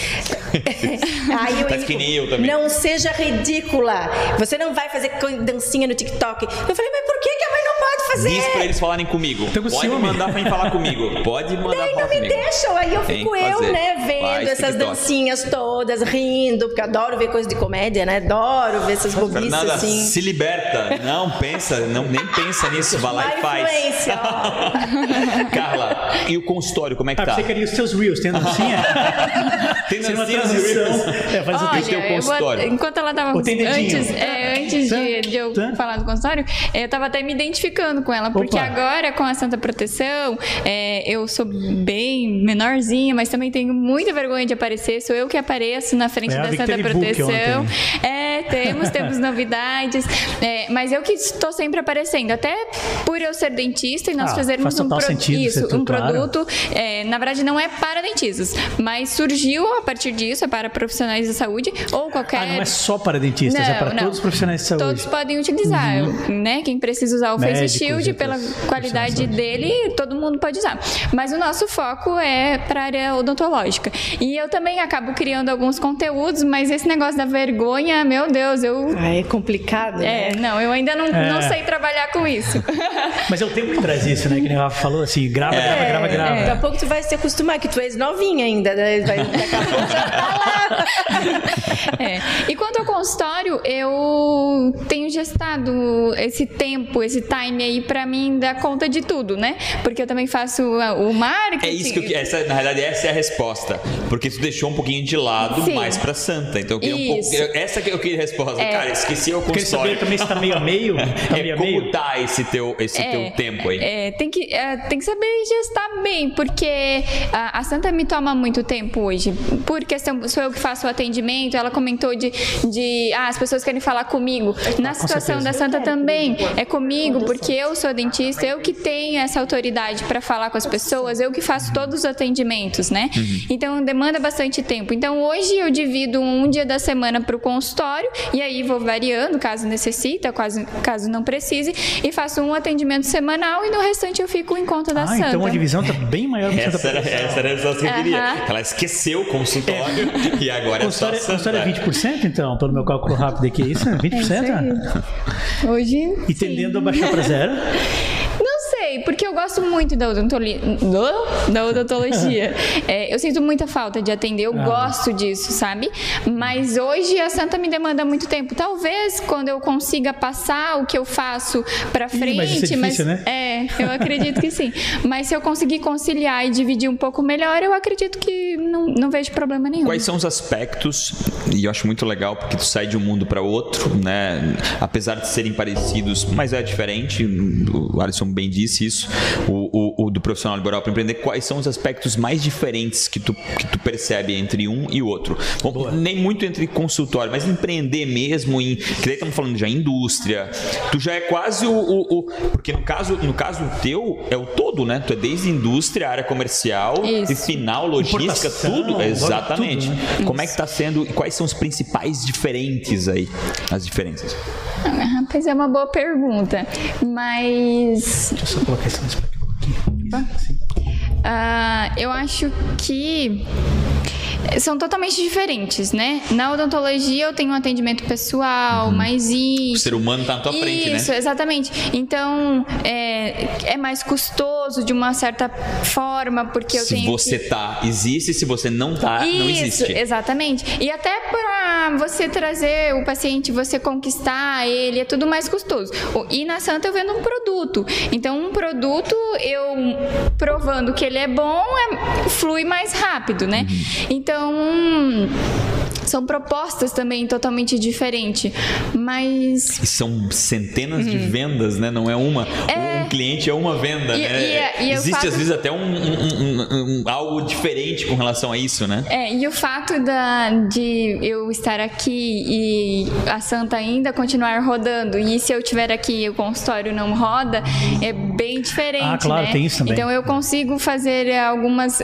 Aí eu, Tá que nem eu também. Não seja ridícula. Você não vai fazer dancinha no TikTok. Eu falei, mas por que que a mãe não pode fazer? Diz pra eles falarem comigo. Tô com Pode ciúme. mandar pra mim falar comigo. Pode mandar Daí falar não me comigo. deixam, aí eu Tem fico que eu, fazer. né, vendo Faz essas TikTok. dancinhas todas, rindo, porque adoro ver coisa de comédia, né? Adoro ver essas bobices Fernanda, assim. se liberta. Não pensa, não, nem pensa nisso. Vai lá Má e faz. influência, ó. Carla, e o consultório, como é que Ah, tá? você queria os teus Reels, tem dancinha? Tem Tem uma dancinha nos transição. Reels? É, faz o teu Olha, eu vou, consultório. enquanto ela tava Ou tem dedinho? antes, é, antes de, de eu Tá. falar do consultório, eu tava até me identificando com ela, porque Opa. agora com a Santa Proteção, é, eu sou bem menorzinha, mas também tenho muita vergonha de aparecer. Sou eu que apareço na frente É, eu da vi que Santa teve book Proteção. ontem. É, temos, temos novidades. É, mas eu que estou sempre aparecendo, até por eu ser dentista e nós Ah, fazermos faz um, total pro- sentido isso, ser tu, um claro. produto. É, na verdade, não é para dentistas, mas surgiu a partir disso, é para profissionais da saúde ou qualquer. Ah, não é só para dentistas, é Não, para não. todos os profissionais de saúde. Todos podem utilizar, né? Quem precisa usar o Médicos Face Shield e pela outros qualidade profissionais de dele, todo mundo pode usar. Mas o nosso foco é para a área odontológica. E eu também acabo criando alguns conteúdos, mas esse negócio da vergonha, meu Deus, eu Ah, é complicado, né? é, não, eu ainda não, É. não sei trabalhar com isso. Mas é o tempo que traz isso, né? Que nem o Rafa falou, assim, grava, grava, grava, grava. Daqui a pouco tu vai se acostumar, que tu és novinha ainda, né? Vai, daqui a pouco já tá lá. É. E quanto ao consultório, eu tenho gestado esse tempo, esse time aí pra mim dar conta de tudo, né? Porque eu também faço ah, o marketing. É isso que eu, essa, na realidade, essa é a resposta. Porque tu deixou um pouquinho de lado Sim. mais pra Santa. Então, eu queria um pouco, Isso. eu- essa que eu queria a resposta. É. Cara, esqueci o Queria saber consultório. também se tá meio a meio. Tá meio É, a como meio. tá esse teu, esse É, teu tempo aí? é, tem, que, é, tem que saber gestar bem, porque a, a Santa me toma muito tempo hoje. Por questão, sou eu que faço o atendimento, ela comentou de, de ah, as pessoas querem falar comigo. Na situação certeza. da Santa também, é comigo, porque eu sou dentista, eu que tenho essa autoridade para falar com as pessoas, eu que faço todos os atendimentos, né? Então demanda bastante tempo. Então hoje eu divido um dia da semana para o consultório e aí vou variando, caso necessita, caso, caso não precise, e faço um atendimento semanal e no restante eu fico em conta da Ah, Santa. então a divisão tá bem maior que Essa Santa era, Proteção. essa era a resposta que eu queria. Aham. Ela esqueceu o consultório e agora é só Consultório, Santa. consultório é vinte por cento, então, pelo meu cálculo rápido aqui, é isso? vinte por cento? Hoje. E tendendo a baixar para zero? Não sei, porque eu gosto muito da, odontoli... do- da odontologia. É, eu sinto muita falta de atender, eu Ah. gosto disso, sabe? Mas hoje a Santa me demanda muito tempo. Talvez quando eu consiga passar o que eu faço pra frente, mas isso é difícil, né? é, eu acredito que sim. Mas se eu conseguir conciliar e dividir um pouco melhor, eu acredito que não, não vejo problema nenhum. Quais são os aspectos, e eu acho muito legal porque tu sai de um mundo para outro, né? Apesar de serem parecidos, mas é diferente, o Alisson bem disse isso, o, o, o do profissional liberal para empreender, quais são os aspectos mais diferentes que tu, que tu percebe entre um e outro? Bom, nem muito entre consultório, mas empreender mesmo, em, que daí estamos falando já em indústria, tu já é quase o, o, o... Porque no caso, no caso teu, é o todo, né? Tu é desde indústria, área comercial, Isso. e final, logística, Importação, tudo. Exatamente. tudo, né? Como é que está sendo, quais são os principais diferentes aí, as diferenças? Ah, pois é uma boa pergunta, mas Deixa eu só colocar isso mais pra aqui um pouquinho. Assim. ah, eu acho que são totalmente diferentes, né? Na odontologia eu tenho um atendimento pessoal, uhum. mais íntimo. O ser humano tá na tua frente, né? Isso, exatamente. Então, é, é mais custoso de uma certa forma, porque eu se tenho você que... tá, existe. Se você não tá, Isso, não existe. Exatamente. E até para você trazer o paciente, você conquistar ele, é tudo mais custoso. E na Santa eu vendo um produto. Então, um produto, eu provando que ele é bom, é, flui mais rápido, né? Uhum. Então, são propostas também totalmente diferentes, mas... E são centenas hum. de vendas, né? Não é uma. É... Um cliente é uma venda, e, E, né? e, e Existe, fato... às vezes, até um, um, um, um, algo diferente com relação a isso, né? É, e o fato da, de eu estar aqui e a Santa ainda continuar rodando, e se eu estiver aqui e o consultório não roda, é bem diferente, Ah, claro, né? tem isso também. Então, eu consigo fazer algumas...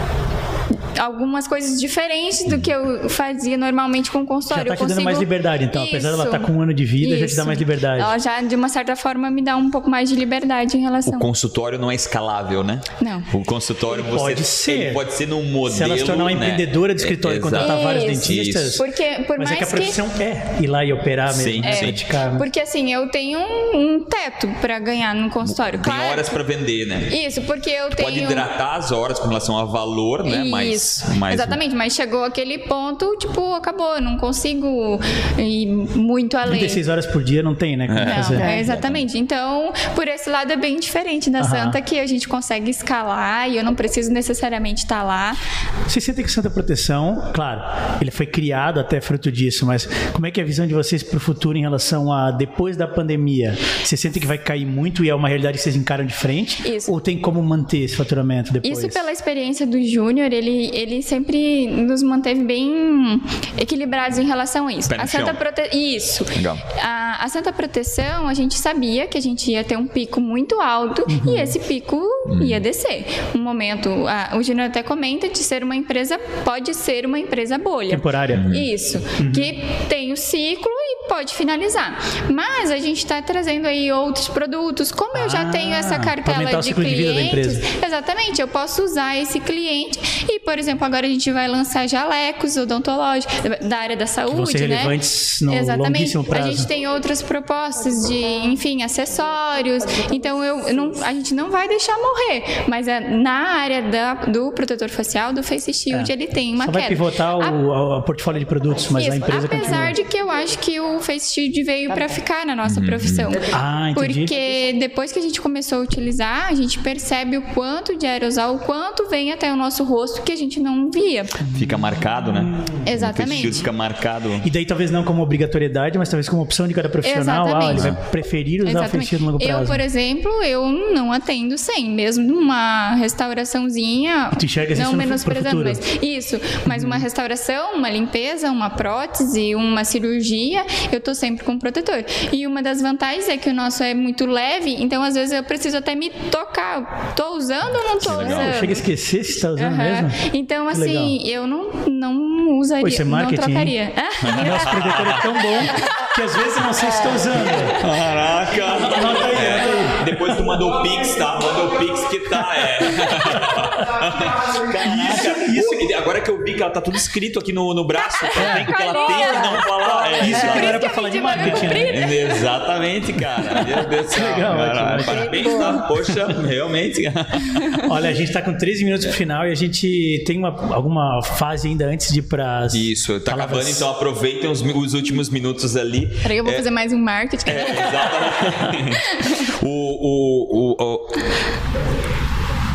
algumas coisas diferentes do que eu fazia normalmente com o consultório. Já tá eu te dando consigo... mais liberdade, então. Isso, apesar dela estar tá com um ano de vida, isso. já te dá mais liberdade. Ela já, de uma certa forma, me dá um pouco mais de liberdade em relação... O consultório não é escalável, né? Não. O consultório, você... Pode ser. Ele pode ser num modelo, se ela se tornar uma né? empreendedora de escritório e contratar vários dentistas... Isso. Porque, por mas mais é que a profissão que... é ir lá e operar mesmo, sim, é. sim. praticar. Né? Porque, assim, eu tenho um, um teto para ganhar no consultório. Tem claro. horas para vender, né? Isso, porque eu tu tenho... Pode hidratar as horas com relação a valor, né? Isso. Mas, mas... Exatamente, mas chegou aquele ponto, tipo, acabou, não consigo ir muito além. trinta e seis horas por dia não tem, né? Como Não, fazer. é, exatamente. Então, por esse lado é bem diferente da Aham. Santa, que a gente consegue escalar e eu não preciso necessariamente estar lá. Vocês sentem que Santa Proteção, claro, ele foi criado até fruto disso, mas como é que é a visão de vocês para o futuro em relação a depois da pandemia? Vocês sentem que vai cair muito e é uma realidade que vocês encaram de frente? Isso. Ou tem como manter esse faturamento depois? Isso pela experiência do Júnior, ele, ele sempre nos manteve bem equilibrados em relação a isso. Pé no a Santa chão. Prote... Isso. Legal. A, a Santa Proteção, a gente sabia que a gente ia ter um pico muito alto Uhum. e esse pico uhum. ia descer. Um momento, a, o Júnior até comenta de ser uma empresa, pode ser uma empresa bolha. Temporária. Uhum. Isso. Uhum. Que tem o ciclo e pode finalizar. Mas a gente está trazendo aí outros produtos. Como eu já Ah, tenho essa pra cartela aumentar o de ciclo de vida da clientes, empresa. exatamente, eu posso usar esse cliente e, por exemplo, agora a gente vai lançar jalecos odontológicos da área da saúde, vão ser né? relevantes no Exatamente. longuíssimo prazo. A gente tem outras propostas de, enfim, acessórios. Então, eu, eu não, a gente não vai deixar morrer. Mas é, na área da, do protetor facial, do Face Shield, É. ele tem uma Só queda. vai pivotar o, a, a portfólio de produtos, mas Isso, a empresa apesar continua. de que eu acho que o Face Shield veio para ficar na nossa profissão. Ah, entendi. Porque depois que a gente começou a utilizar, a gente percebe o quanto de aerosol, o quanto vem até o nosso rosto que a gente não via. Fica marcado, né? Exatamente. O fica marcado. E daí talvez não como obrigatoriedade, mas talvez como opção de cada profissional. Ah, ele vai preferir usar Exatamente. o Face Shield no longo prazo. Eu, por exemplo, eu não atendo sem, mesmo numa restauraçãozinha, E tu enxergas não isso no- pro menosprezando, futuro? mas isso, mas uma restauração, uma limpeza, uma prótese, uma cirurgia, eu tô sempre com protetor. E uma das vantagens é que o nosso é muito leve, então às vezes eu preciso até me tocar. Tô usando ou não tô legal. usando? Chega a esquecer se está usando Aham. mesmo. Então, Que assim, legal. eu não, não usaria, Pô, isso é não marketing, trocaria. Nosso protetor é tão bom que às vezes eu não sei se estou usando. Caraca! Anota aí, É, anota aí. depois tu mandou o Pix, tá? Mandou o Pix que tá, é. Caraca, isso, e agora que eu vi que ela tá tudo escrito aqui no, no braço, tá bem, porque ela tem que não falar. É, Isso é. agora é que pra eu falar de pedi pra marketing, né? cumprir. Exatamente, cara. Meu Deus do céu. Legal, Cara, ótimo. parabéns, tá? Poxa, realmente. Olha, a gente tá com treze minutos pro final e a gente tem uma, alguma fase ainda antes de ir para Isso, tá palavras... acabando, então aproveitem os, os últimos minutos ali. Peraí, eu vou É, fazer mais um marketing. É, exatamente. o, o, o, o...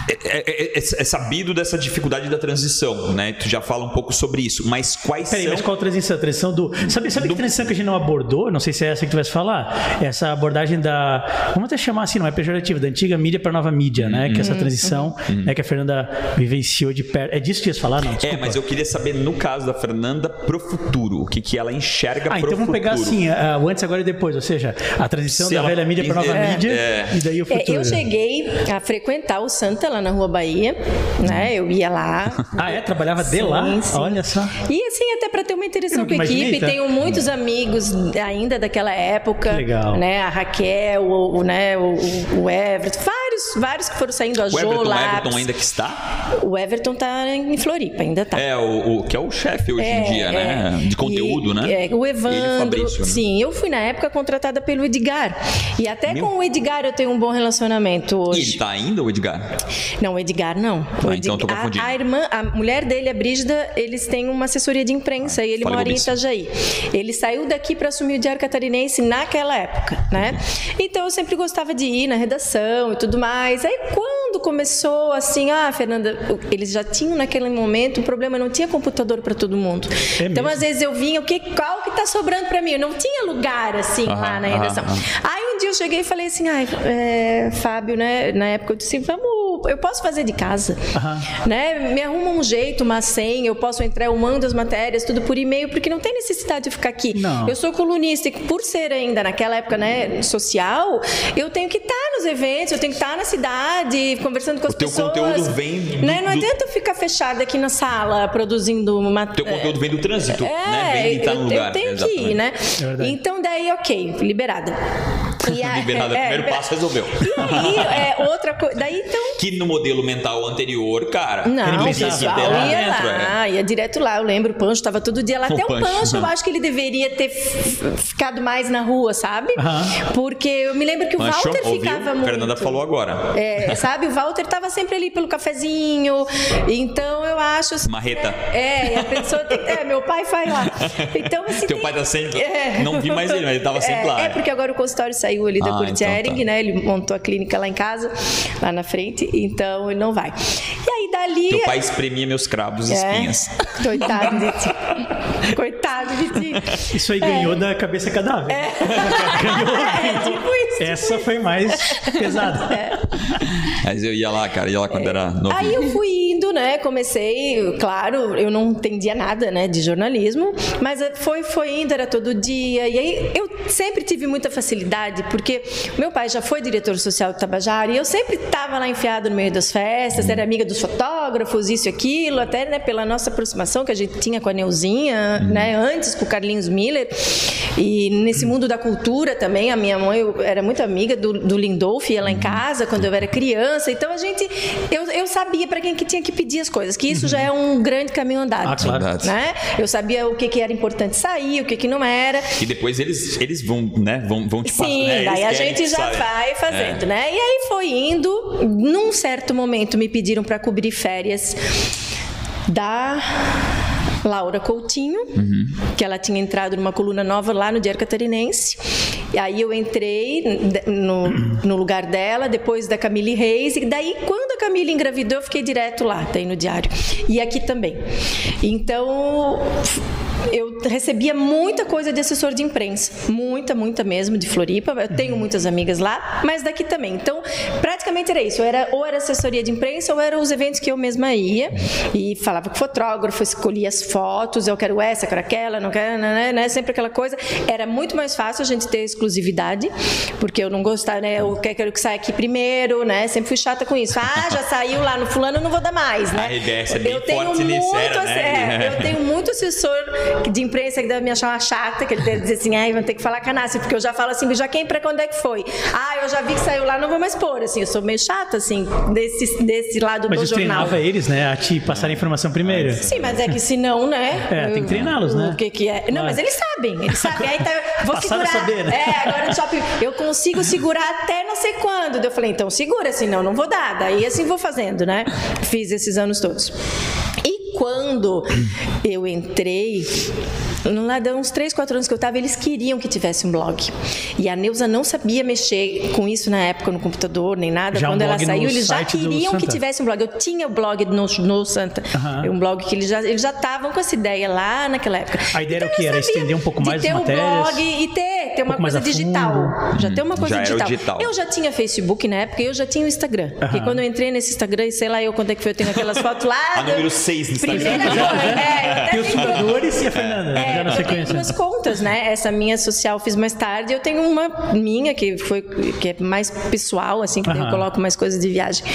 É, é, é, é sabido dessa dificuldade da transição, né? Tu já fala um pouco sobre isso, mas quais Peraí, são... mas qual a transição? A transição do... Sabe, sabe do... que transição que a gente não abordou? Não sei se é essa que tu vai falar. Essa abordagem da... Vamos até chamar assim, não é pejorativo, da antiga mídia para nova mídia, né? Que essa transição uhum. né, que a Fernanda vivenciou de perto. É disso que tu ias falar? Não, desculpa. É, mas eu queria saber, no caso da Fernanda, pro futuro. O que, que ela enxerga ah, pro então vamos futuro. pegar assim, uh, o antes, agora e depois. Ou seja, a transição se da ela... velha mídia para nova é, mídia é. e daí o futuro. É, eu cheguei a frequentar o Santa lá na Rua Bahia, né? Eu ia lá. Ah, é? Trabalhava de sim, lá? Sim. Olha só. E assim, até para ter uma interação com a equipe, tá? Tenho muitos amigos ainda daquela época. Legal. Né? A Raquel, o, o, né? o, o Everton, vários, vários que foram saindo, a o Jo Everton, Lápis. O Everton ainda que está? O Everton tá em Floripa, ainda tá. É, o, o que é o chefe hoje é, em dia, é, né? De conteúdo, e, né? É, o Evandro. Ele, o Fabrício, né? Sim, eu fui na época contratada pelo Edgar. E até Meu... com o Edgar eu tenho um bom relacionamento hoje. E ele tá ainda, o Edgar? Não, o Edgar não. O ah, Edgar, então eu tô confundindo. A, a irmã, a mulher dele, a Brígida, eles têm uma assessoria de imprensa ah, e ele mora em Itajaí. Ele saiu daqui para assumir o Diário Catarinense naquela época, né? Então eu sempre gostava de ir na redação e tudo mais. Aí quando começou assim, ah, Fernanda, eles já tinham naquele momento um problema, não tinha computador para todo mundo. É então às vezes eu vinha, o que, qual que tá sobrando para mim? Eu não tinha lugar assim aham, lá na redação. Aham, aham. Aí um dia eu cheguei e falei assim, ah, é, Fábio, né? Na época eu disse, vamos, eu posso fazer de casa, uhum. né? Me arruma um jeito, uma senha, eu posso entrar, eu mando as matérias, tudo por e-mail, porque não tem necessidade de ficar aqui. Não. Eu sou colunista e por ser ainda naquela época, né, social, eu tenho que estar nos eventos, eu tenho que estar na cidade, conversando com as o teu pessoas. Conteúdo vem do, né? Não do... adianta eu ficar fechada aqui na sala produzindo uma... O teu conteúdo vem do trânsito, é, né? Vem de estar no lugar. Eu tenho exatamente. que ir, né? É então daí, ok, liberada. E a, liberada, é, primeiro é, passo resolveu. E aí, é, outra coisa, daí então... Que no modelo mental anterior, cara... Não, o pessoal ia dentro, lá, é. ia direto lá, eu lembro, o Pancho estava todo dia lá, o até Pancho, o Pancho, não. eu acho que ele deveria ter ficado mais na rua, sabe? Uhum. Porque eu me lembro que o Pancho, Walter ouviu? ficava A muito... Fernanda falou agora. É, sabe, o Walter estava sempre ali pelo cafezinho, então eu acho... Marreta. É, e a pessoa tem... É, meu pai faz lá. Então, assim... Teu tem... pai tá sempre... É. Não vi mais ele, mas ele estava sempre é, lá. É, porque agora o consultório saiu ali da ah, Curitiering, então tá. né? Ele montou a clínica lá em casa, lá na frente, então ele não vai. E aí dali... Teu pai espremia meus cravos e é, espinhas. Coitado de ti. Coitado de ti. Isso aí ganhou é. da cabeça cadáver. É. Ganhou. É, tipo isso. Essa foi mais pesada. É. Mas eu ia lá, cara, ia lá quando é. era novinho. Aí eu fui indo, né? Comecei, claro, eu não entendia nada, né, de jornalismo, mas foi, foi indo, era todo dia. E aí eu sempre tive muita facilidade, porque meu pai já foi diretor social do Tabajara e eu sempre estava lá enfiada no meio das festas, era amiga dos fotógrafos, isso e aquilo, até, né, pela nossa aproximação que a gente tinha com a Neuzinha, hum. né, antes com o Carlinhos Miller. E nesse mundo da cultura também, a minha mãe eu era muito amiga do, do Lindolfo, ia lá em casa quando eu era criança, então a gente, eu, eu sabia para quem que tinha que pedir as coisas, que isso já é um grande caminho andado. Ah, claro. Né? Eu sabia o que, que era importante sair, o que, que não era. E depois eles, eles vão, né, vão, vão te passar. Sim, né? daí a gente já saia. vai fazendo, é. né? E aí foi indo, num certo momento me pediram para cobrir férias da Laura Coutinho, uhum. que ela tinha entrado numa coluna nova lá no Diário Catarinense. E aí eu entrei no, no lugar dela, depois da Camille Reis, e daí quando a Camille engravidou, eu fiquei direto lá, daí no Diário. E aqui também. Então... eu recebia muita coisa de assessor de imprensa, muita, muita mesmo, de Floripa. Eu tenho muitas amigas lá, mas daqui também. Então, praticamente era isso. Era, ou era assessoria de imprensa, ou eram os eventos que eu mesma ia e falava com o fotógrafo, escolhia as fotos, eu quero essa, eu quero aquela, não quero, né, né, sempre aquela coisa. Era muito mais fácil a gente ter exclusividade, porque eu não gostava, né, eu quero que saia aqui primeiro, né, sempre fui chata com isso. Ah, já saiu lá no fulano, não vou dar mais, né? A R B S é bem eu tenho forte muito, nisso, né? É, eu tenho muito assessor de imprensa que deve me achar uma chata, que ele deve dizer assim, ai, vão ter que falar canastra, porque eu já falo assim, já quem, pra quando é que foi? Ah, eu já vi que saiu lá, não vou mais pôr, assim, eu sou meio chata, assim, desse, desse lado mas do jornal. Mas treinava eles, né, a te passar a informação primeiro. Sim, mas é que se não, né? É, tem que treiná-los, né? O que que é? Não, Vai. mas eles sabem, eles sabem. Aí tá, vou Passaram segurar. a saber, né? É, agora no shopping eu consigo segurar até não sei quando. Eu falei, então segura, senão não vou dar. Daí assim vou fazendo, né? Fiz esses anos todos. E quando eu entrei, lá de uns três, quatro anos que eu estava, eles queriam que tivesse um blog. E a Neuza não sabia mexer com isso na época no computador, nem nada. Já quando um ela blog saiu, no eles já site do queriam que Santa. tivesse um blog. Eu tinha o blog no, no Santa. Aham. Um blog que eles já eles já estavam com essa ideia lá naquela época. A ideia era Então, o quê? eu Era sabia estender um pouco mais de as ter um matérias? blog e ter, ter uma pouco mais coisa a fundo. digital. Já ter uma coisa Já era o digital. digital. Eu já tinha Facebook na época, eu já tinha o Instagram. Porque Aham. quando eu entrei nesse Instagram, sei lá eu quando é que foi, eu tenho aquelas fotos lá. A do- número seis no Instagram. Primeira coisa, é, eu até Tem os fico- fundadores e a Fernanda, é, já na eu tenho sequência. duas contas, né? Essa minha social eu fiz mais tarde. Eu tenho uma minha que foi que é mais pessoal, assim, que daí eu Aham. coloco mais coisas de viagem.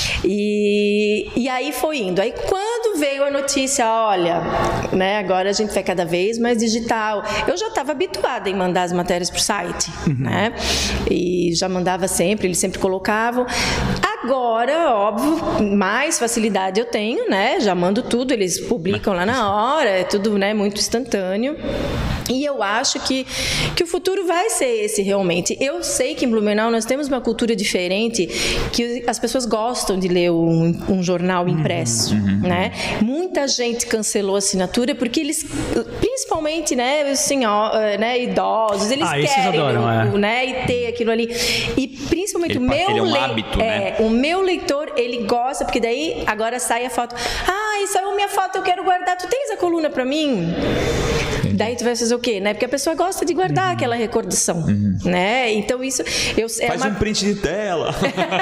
E, e aí foi indo. Aí quando veio a notícia, olha, né? Agora a gente vai cada vez mais digital. Eu já estava habituada em mandar as matérias pro site, né? E já mandava sempre, eles sempre colocavam. Agora, óbvio, mais facilidade eu tenho, né? Já mando tudo, eles publicam lá na hora, é tudo, né, muito instantâneo. E eu acho que, que o futuro vai ser esse realmente. Eu sei que em Blumenau nós temos uma cultura diferente, que as pessoas gostam de ler um, um jornal impresso, né? Muita gente cancelou a assinatura porque eles, principalmente, né, assim, ó, né, idosos, eles Ah, esses querem adoram, o- é. o, né, e ter aquilo ali. E principalmente Ele o pa- meu ele é um lei- hábito, é, né? o meu leitor, ele gosta, porque daí agora sai a foto. Ah, isso é a minha foto, eu quero guardar. Tu tens a coluna pra mim? Daí tu vai fazer o quê, né? Porque a pessoa gosta de guardar aquela recordação, né? Então isso eu é Faz uma- um print de tela.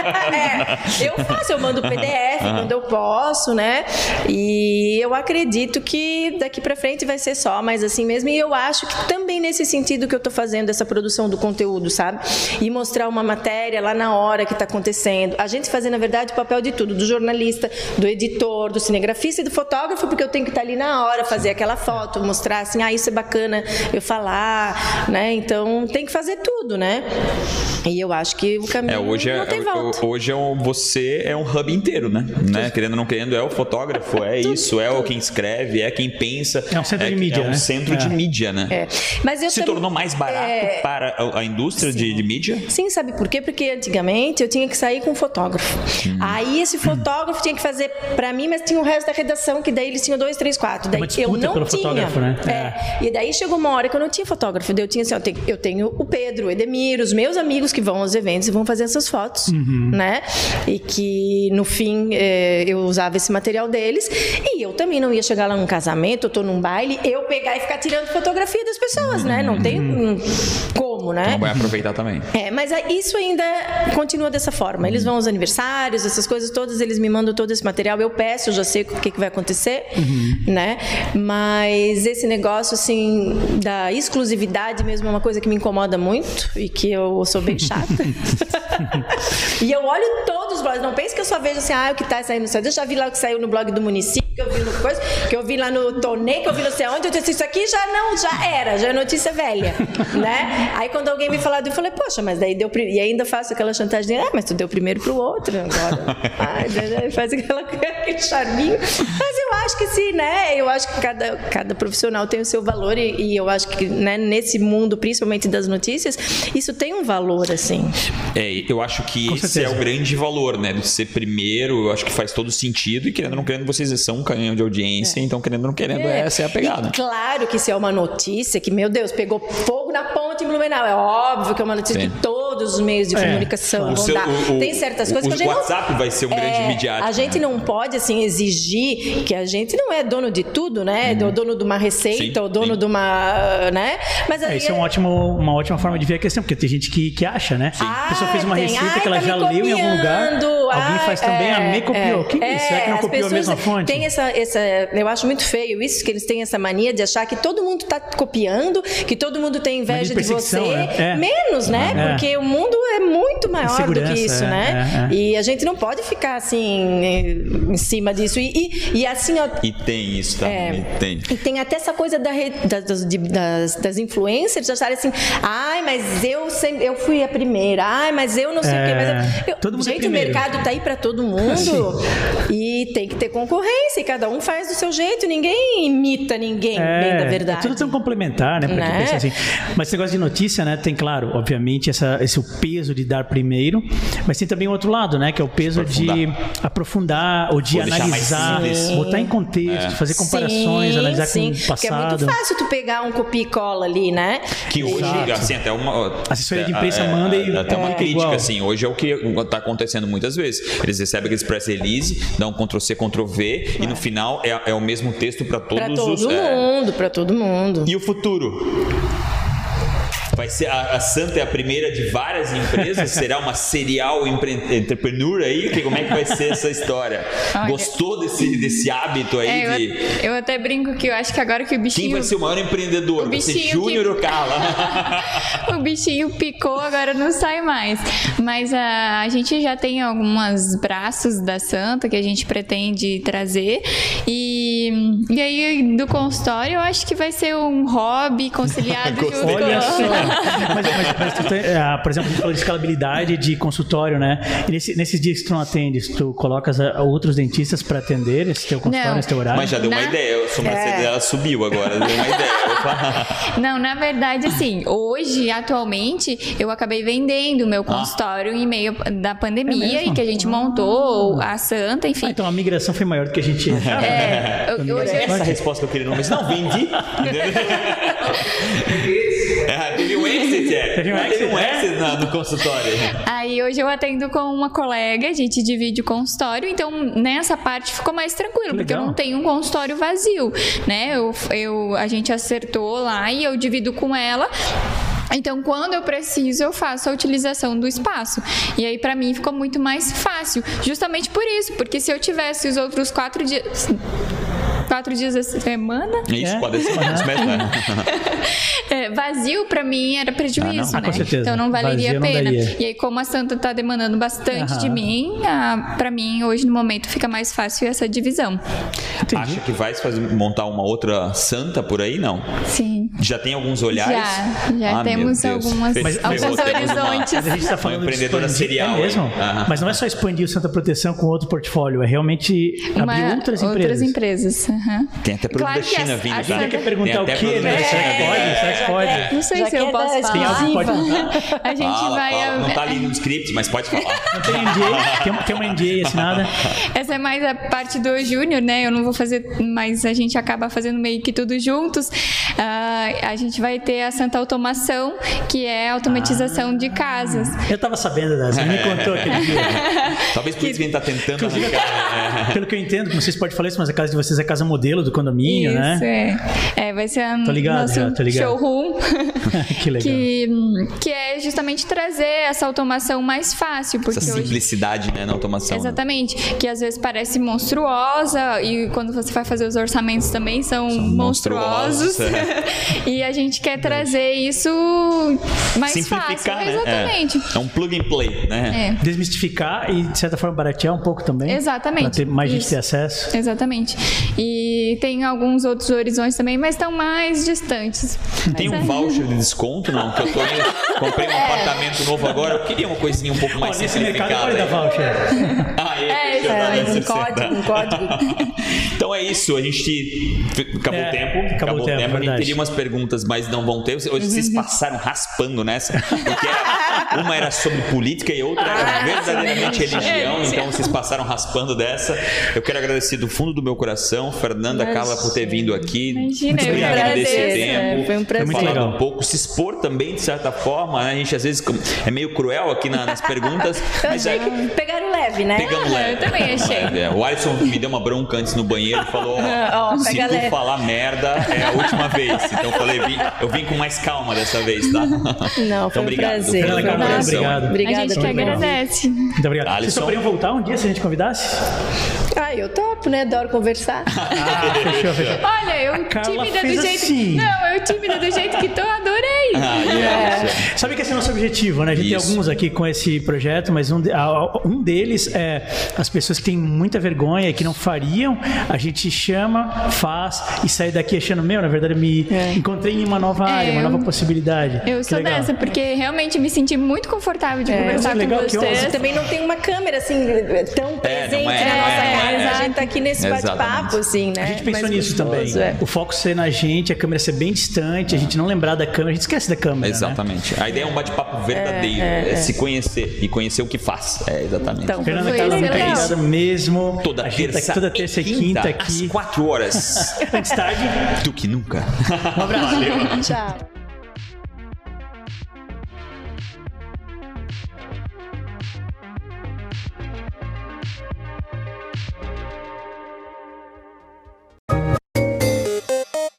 é, eu faço, eu mando P D F quando eu posso, né? E eu acredito que daqui pra frente vai ser só mais assim mesmo. E eu acho que também nesse sentido que eu tô fazendo essa produção do conteúdo, sabe? E mostrar uma matéria lá na hora que tá acontecendo. A gente fazer, na verdade, o papel de tudo, do jornalista, do editor, do cinegrafista e do fotógrafo, porque eu tenho que estar ali na hora, fazer aquela foto, mostrar assim, ah, isso é bacana eu falar, né? Então tem que fazer tudo, né? E eu acho que o caminho É, hoje é, não tem volta. hoje é um, você é um hub inteiro, né? né? Querendo ou não querendo, é o fotógrafo, é isso, é o quem escreve, é quem pensa. É um centro de mídia, É um né? centro É. de mídia, né? É. Mas eu Se também- tornou mais barato é, para a, a indústria de, de mídia? Sim, sabe por quê? Porque antigamente eu tinha que sair com um fotógrafo. Hum. Aí esse fotógrafo tinha que fazer pra mim, mas tinha o resto da redação, que daí eles tinham dois, três, quatro. Daí Uma eu disputa não pelo tinha. fotógrafo, né? É. E daí chegou uma hora que eu não tinha fotógrafo. Daí eu tinha assim, ó, eu tenho, eu tenho o Pedro, o Edemir, os meus amigos que vão aos eventos e vão fazer essas fotos, Uhum. né? E que no fim eh, eu usava esse material deles. E eu também não ia chegar lá num casamento, eu tô num baile, eu pegar e ficar tirando fotografia das pessoas, né? Não tem hum, como, né? Não vai aproveitar também. É, mas aí isso ainda continua dessa forma. Eles vão aos aniversários, essas coisas todas, eles me mandam todo esse material, eu peço, eu já sei o que, que vai acontecer, né? Mas esse negócio, assim, da exclusividade mesmo é uma coisa que me incomoda muito e que eu sou bem chata. E eu olho todos os blogs, não pense que eu só vejo assim, ah, o que tá saindo no site. Eu já vi lá o que saiu no blog do município, que eu vi no coisa, que eu vi lá no Tonê, que eu vi não sei onde, eu disse, isso aqui já não, já era, já é notícia velha, né? Aí quando alguém me falou, eu falei, poxa, mas daí deu, pri- e ainda faço aquela chantagem, ah, mas tu deu primeiro pro outro agora. Ai, daí faz aquela, aquele charminho. Mas eu acho que sim, né? Eu acho que cada, cada profissional tem o seu valor e, e eu acho que, né, nesse mundo, principalmente das notícias, isso tem um valor, assim. É, eu acho que Com esse certeza. é o grande valor, né? De ser primeiro, eu acho que faz todo sentido. E querendo ou não querendo, vocês são um canhão de audiência, então querendo ou não querendo, É. essa é a pegada. E claro que se é uma notícia que, meu Deus, pegou fogo na ponte em Blumenau, é óbvio que é uma notícia Sim. que todos os meios de É, comunicação claro. vão O seu- dar. o- o- Tem certas o- coisas que a o gente não... WhatsApp vai ser um grande É, midiático, A gente né? não pode, assim, exigir que a gente não é dono de tudo, né? É dono de uma receita, Sim, ou dono sim. de uma... né? Mas É, isso é um ótimo, uma ótima forma de ver a questão, porque tem gente que, que acha, né? Ah, A pessoa fez uma tem. receita Ai, que ela tá já me leu em algum lugar. copiando. Alguém Ai, faz também, é, ah, me copiou. é, que isso? Será que não as copiou a pessoas mesma fonte? Tem essa, essa, eu acho muito feio isso, que eles têm essa mania de achar que todo mundo está copiando, que todo mundo tem inveja Mania de de você. perseguição, né? É. Menos, né? É. Porque o mundo é muito maior do Insegurança, que isso, é, né? é, é. E a gente não pode ficar assim, em cima disso. E, e, e assim, ó, E tem isso, tá? é. E tem. E tem até essa coisa da re- das, de- das, das influencers de acharem assim, ai, mas eu sempre, eu fui a primeira, ai, mas eu não sei o quê. Mas eu, eu- Todo mundo é gente, o primeiro. mercado tá aí para todo mundo e tem que ter concorrência e cada um faz do seu jeito, ninguém imita ninguém, É, bem da verdade. é tudo tão complementar, né? Pra quem Né? pensa assim. Mas esse negócio de notícia, né? Tem, claro, obviamente, essa, esse o peso de dar primeiro, mas tem também o outro lado, né? Que é o peso Aprofundar. de aprofundar ou de Ou deixar mais analisar, simples. botar em contexto, fazer comparações, sim, analisar sim, com o porque é muito passado. fácil tu pegar um copia e cola ali, né? Que hoje, Exato. assim, até uma. Assessoria de é, imprensa é, manda e até uma é crítica, igual. assim. Hoje é o que está acontecendo muitas vezes. Eles recebem aqueles press release, dão um control C, control V, e no final é, é o mesmo texto para todos Para todo os. é. mundo, para todo mundo. E o futuro? Vai ser a, a Santa é a primeira de várias empresas? Será uma serial empre- entrepreneur aí? Que, como é que vai ser essa história? Olha, Gostou desse, desse hábito aí É, de. eu, eu até brinco que eu acho que agora que o Quem bichinho. vai ser o maior empreendedor? o Vai ser bichinho Júnior que- ou Carla? O bichinho picou, agora não sai mais. Mas a, a gente já tem alguns braços da Santa que a gente pretende trazer. E, e aí, do consultório, eu acho que vai ser um hobby conciliado junto Gostei. Olha com... só. mas, mas, mas tu tem, é, por exemplo, a gente falou de escalabilidade de consultório, né? E nesse- nesses dias que tu não atendes, tu colocas a- outros dentistas para atender esse teu consultório, Não. esse teu horário? Mas já deu uma Na- ideia. A sobrancelha É. dela subiu agora. Deu uma ideia. Opa. Não, na verdade, assim, hoje, atualmente, eu acabei vendendo o meu consultório em meio da pandemia É mesmo? e que a gente montou a Santa, enfim. Ah, então a migração foi maior do que a gente achava. É, eu- eu- hoje eu- Essa resposta que eu queria não, mas não vendi. É, teve um exit, é. Teve um Teve um exit, exit na- no consultório. Aí hoje eu atendo com uma colega, a gente divide o consultório, então nessa parte ficou mais tranquilo, porque eu legal. não tenho um consultório vazio, né? Eu, eu, a gente acertou lá e eu divido com ela. Então, quando eu preciso, eu faço a utilização do espaço. E aí, pra mim, ficou muito mais fácil. Justamente por isso, porque se eu tivesse os outros quatro dias... Quatro dias da semana... Isso, É. pode ser mais né? É, vazio pra mim era prejuízo, Ah, não? né? Ah, com certeza. Então não valeria Vazio a não pena. daria. E aí, como a Santa tá demandando bastante Aham. de mim, ah, pra mim, hoje no momento, fica mais fácil essa divisão. Entendi. Acha que vai fazer, montar uma outra santa por aí? Não. Sim. Já tem alguns olhares? Já, já Ah, temos meu Deus. algumas- Fe- Mas- ferrou, alguns temos horizontes. Mas a gente está falando uma empreendedora de expandir, serial. é mesmo? hein? Aham. Mas não é só expandir o Santa Proteção com outro portfólio, é realmente Uma- abrir outras empresas. Outras empresas. aham. Tem até produto Claro da que China a- vindo, a tá? Santa- Quer perguntar Tem o até quê, produto né? da Será que China. pode? Será que pode? Não sei Já se que eu é posso da falar. Tem, pode. A gente Fala, vai... fala. Não tá ali no script, mas pode falar. Não tem N D A? Tem, tem uma N D A assinada? Essa é mais a parte do Júnior, né? Eu não vou fazer, mas a gente acaba fazendo meio que tudo juntos. Ah, a gente vai ter a Santa Automação, que é a automatização de casas. Eu tava sabendo dessa, ele me contou aquele dia. Talvez por isso que a gente tá tentando Inclusive, arrancar. pelo que eu entendo, não sei se pode falar isso, mas a casa de vocês é a casa modelo do condomínio, Isso, né? é. É, vai ser a Tô ligado nosso já, tô ligado. showroom. Que legal. que, que é justamente trazer essa automação mais fácil. Porque Essa hoje, simplicidade, né, na automação. né? exatamente, que às vezes parece monstruosa e quando você vai fazer os orçamentos também são, São monstruosos. monstruosos, é. E a gente quer trazer isso mais Simplificar, fácil. né? Exatamente. É. é um plug and play, né? É. Desmistificar e, de certa forma, baratear um pouco também. Exatamente. Pra ter mais gente Isso. ter acesso. Exatamente. E tem alguns outros horizontes também, mas estão mais distantes. Tem Mas um é. voucher de desconto, não? Que eu tô indo, comprei um apartamento novo agora, eu queria uma coisinha um pouco mais Ó, nesse mercado simplificada. pode dar voucher. Ah, é, É, fechou, tá, É, né? um código, um código. Então é isso, a gente acabou É, o tempo, acabou acabou o o tempo, tempo, a gente verdade. teria umas perguntas, mas não vão ter. Hoje vocês passaram raspando nessa, porque era- uma era sobre política e outra era verdadeiramente religião, então vocês passaram raspando dessa. Eu quero agradecer do fundo do meu coração, Fernanda, Carla, por ter vindo aqui. Imagina, eu que obrigado desse agradeço. tempo. Foi um prazer. muito Falar legal. um pouco, se expor também, de certa forma, né? A gente às vezes é meio cruel aqui na- nas perguntas, Eu mas achei é, que pegaram leve, né? pegamos Ah, leve. eu também achei. Leve, é. O Alisson me deu uma bronca antes no banheiro e falou: ó, Ó, se pega tu leve. falar merda, é a última vez. Então eu falei, vim- eu vim com mais calma dessa vez, tá? Não, foi então, um obrigado. prazer. Fernanda, Foi legal, coração. obrigado. Obrigada A gente que por vir. agradece. Muito obrigado. Vocês Alisson. poderiam voltar um dia se a gente convidasse? Ah, eu topo, né? Adoro conversar. Ah, fechou, fechou. Olha, eu Carla tímida fez do jeito. assim. Não, eu tímida do jeito que tô, adorei. Ah, yeah. É. Sabe que esse é o nosso objetivo, né? A gente Isso. tem alguns aqui com esse projeto, mas um, de, um deles é as pessoas que têm muita vergonha e que não fariam, a gente chama, faz e sai daqui achando, meu, na verdade, eu me é. encontrei em uma nova área, é, uma eu, nova possibilidade. Eu que sou legal. dessa, porque realmente me senti muito confortável de é, conversar legal, com vocês. Você também não tem uma câmera assim tão presente é, na é, nossa é, cara. é, A gente tá aqui nesse bate-papo, assim, né? A gente pensou mais nisso gostoso, também. É. O foco ser na gente, a câmera ser bem distante, a gente não lembrar da câmera, a gente esquece da câmera. Exatamente. Né? A ideia é um bate-papo verdadeiro, é, é, é se conhecer e conhecer o que faz. É, exatamente. Então, Fernanda Carla, muito obrigada mesmo. Toda a gente terça, tá aqui, toda terça e quinta aqui. Às quatro horas. Antes tarde do que nunca. Um abraço. Tchau.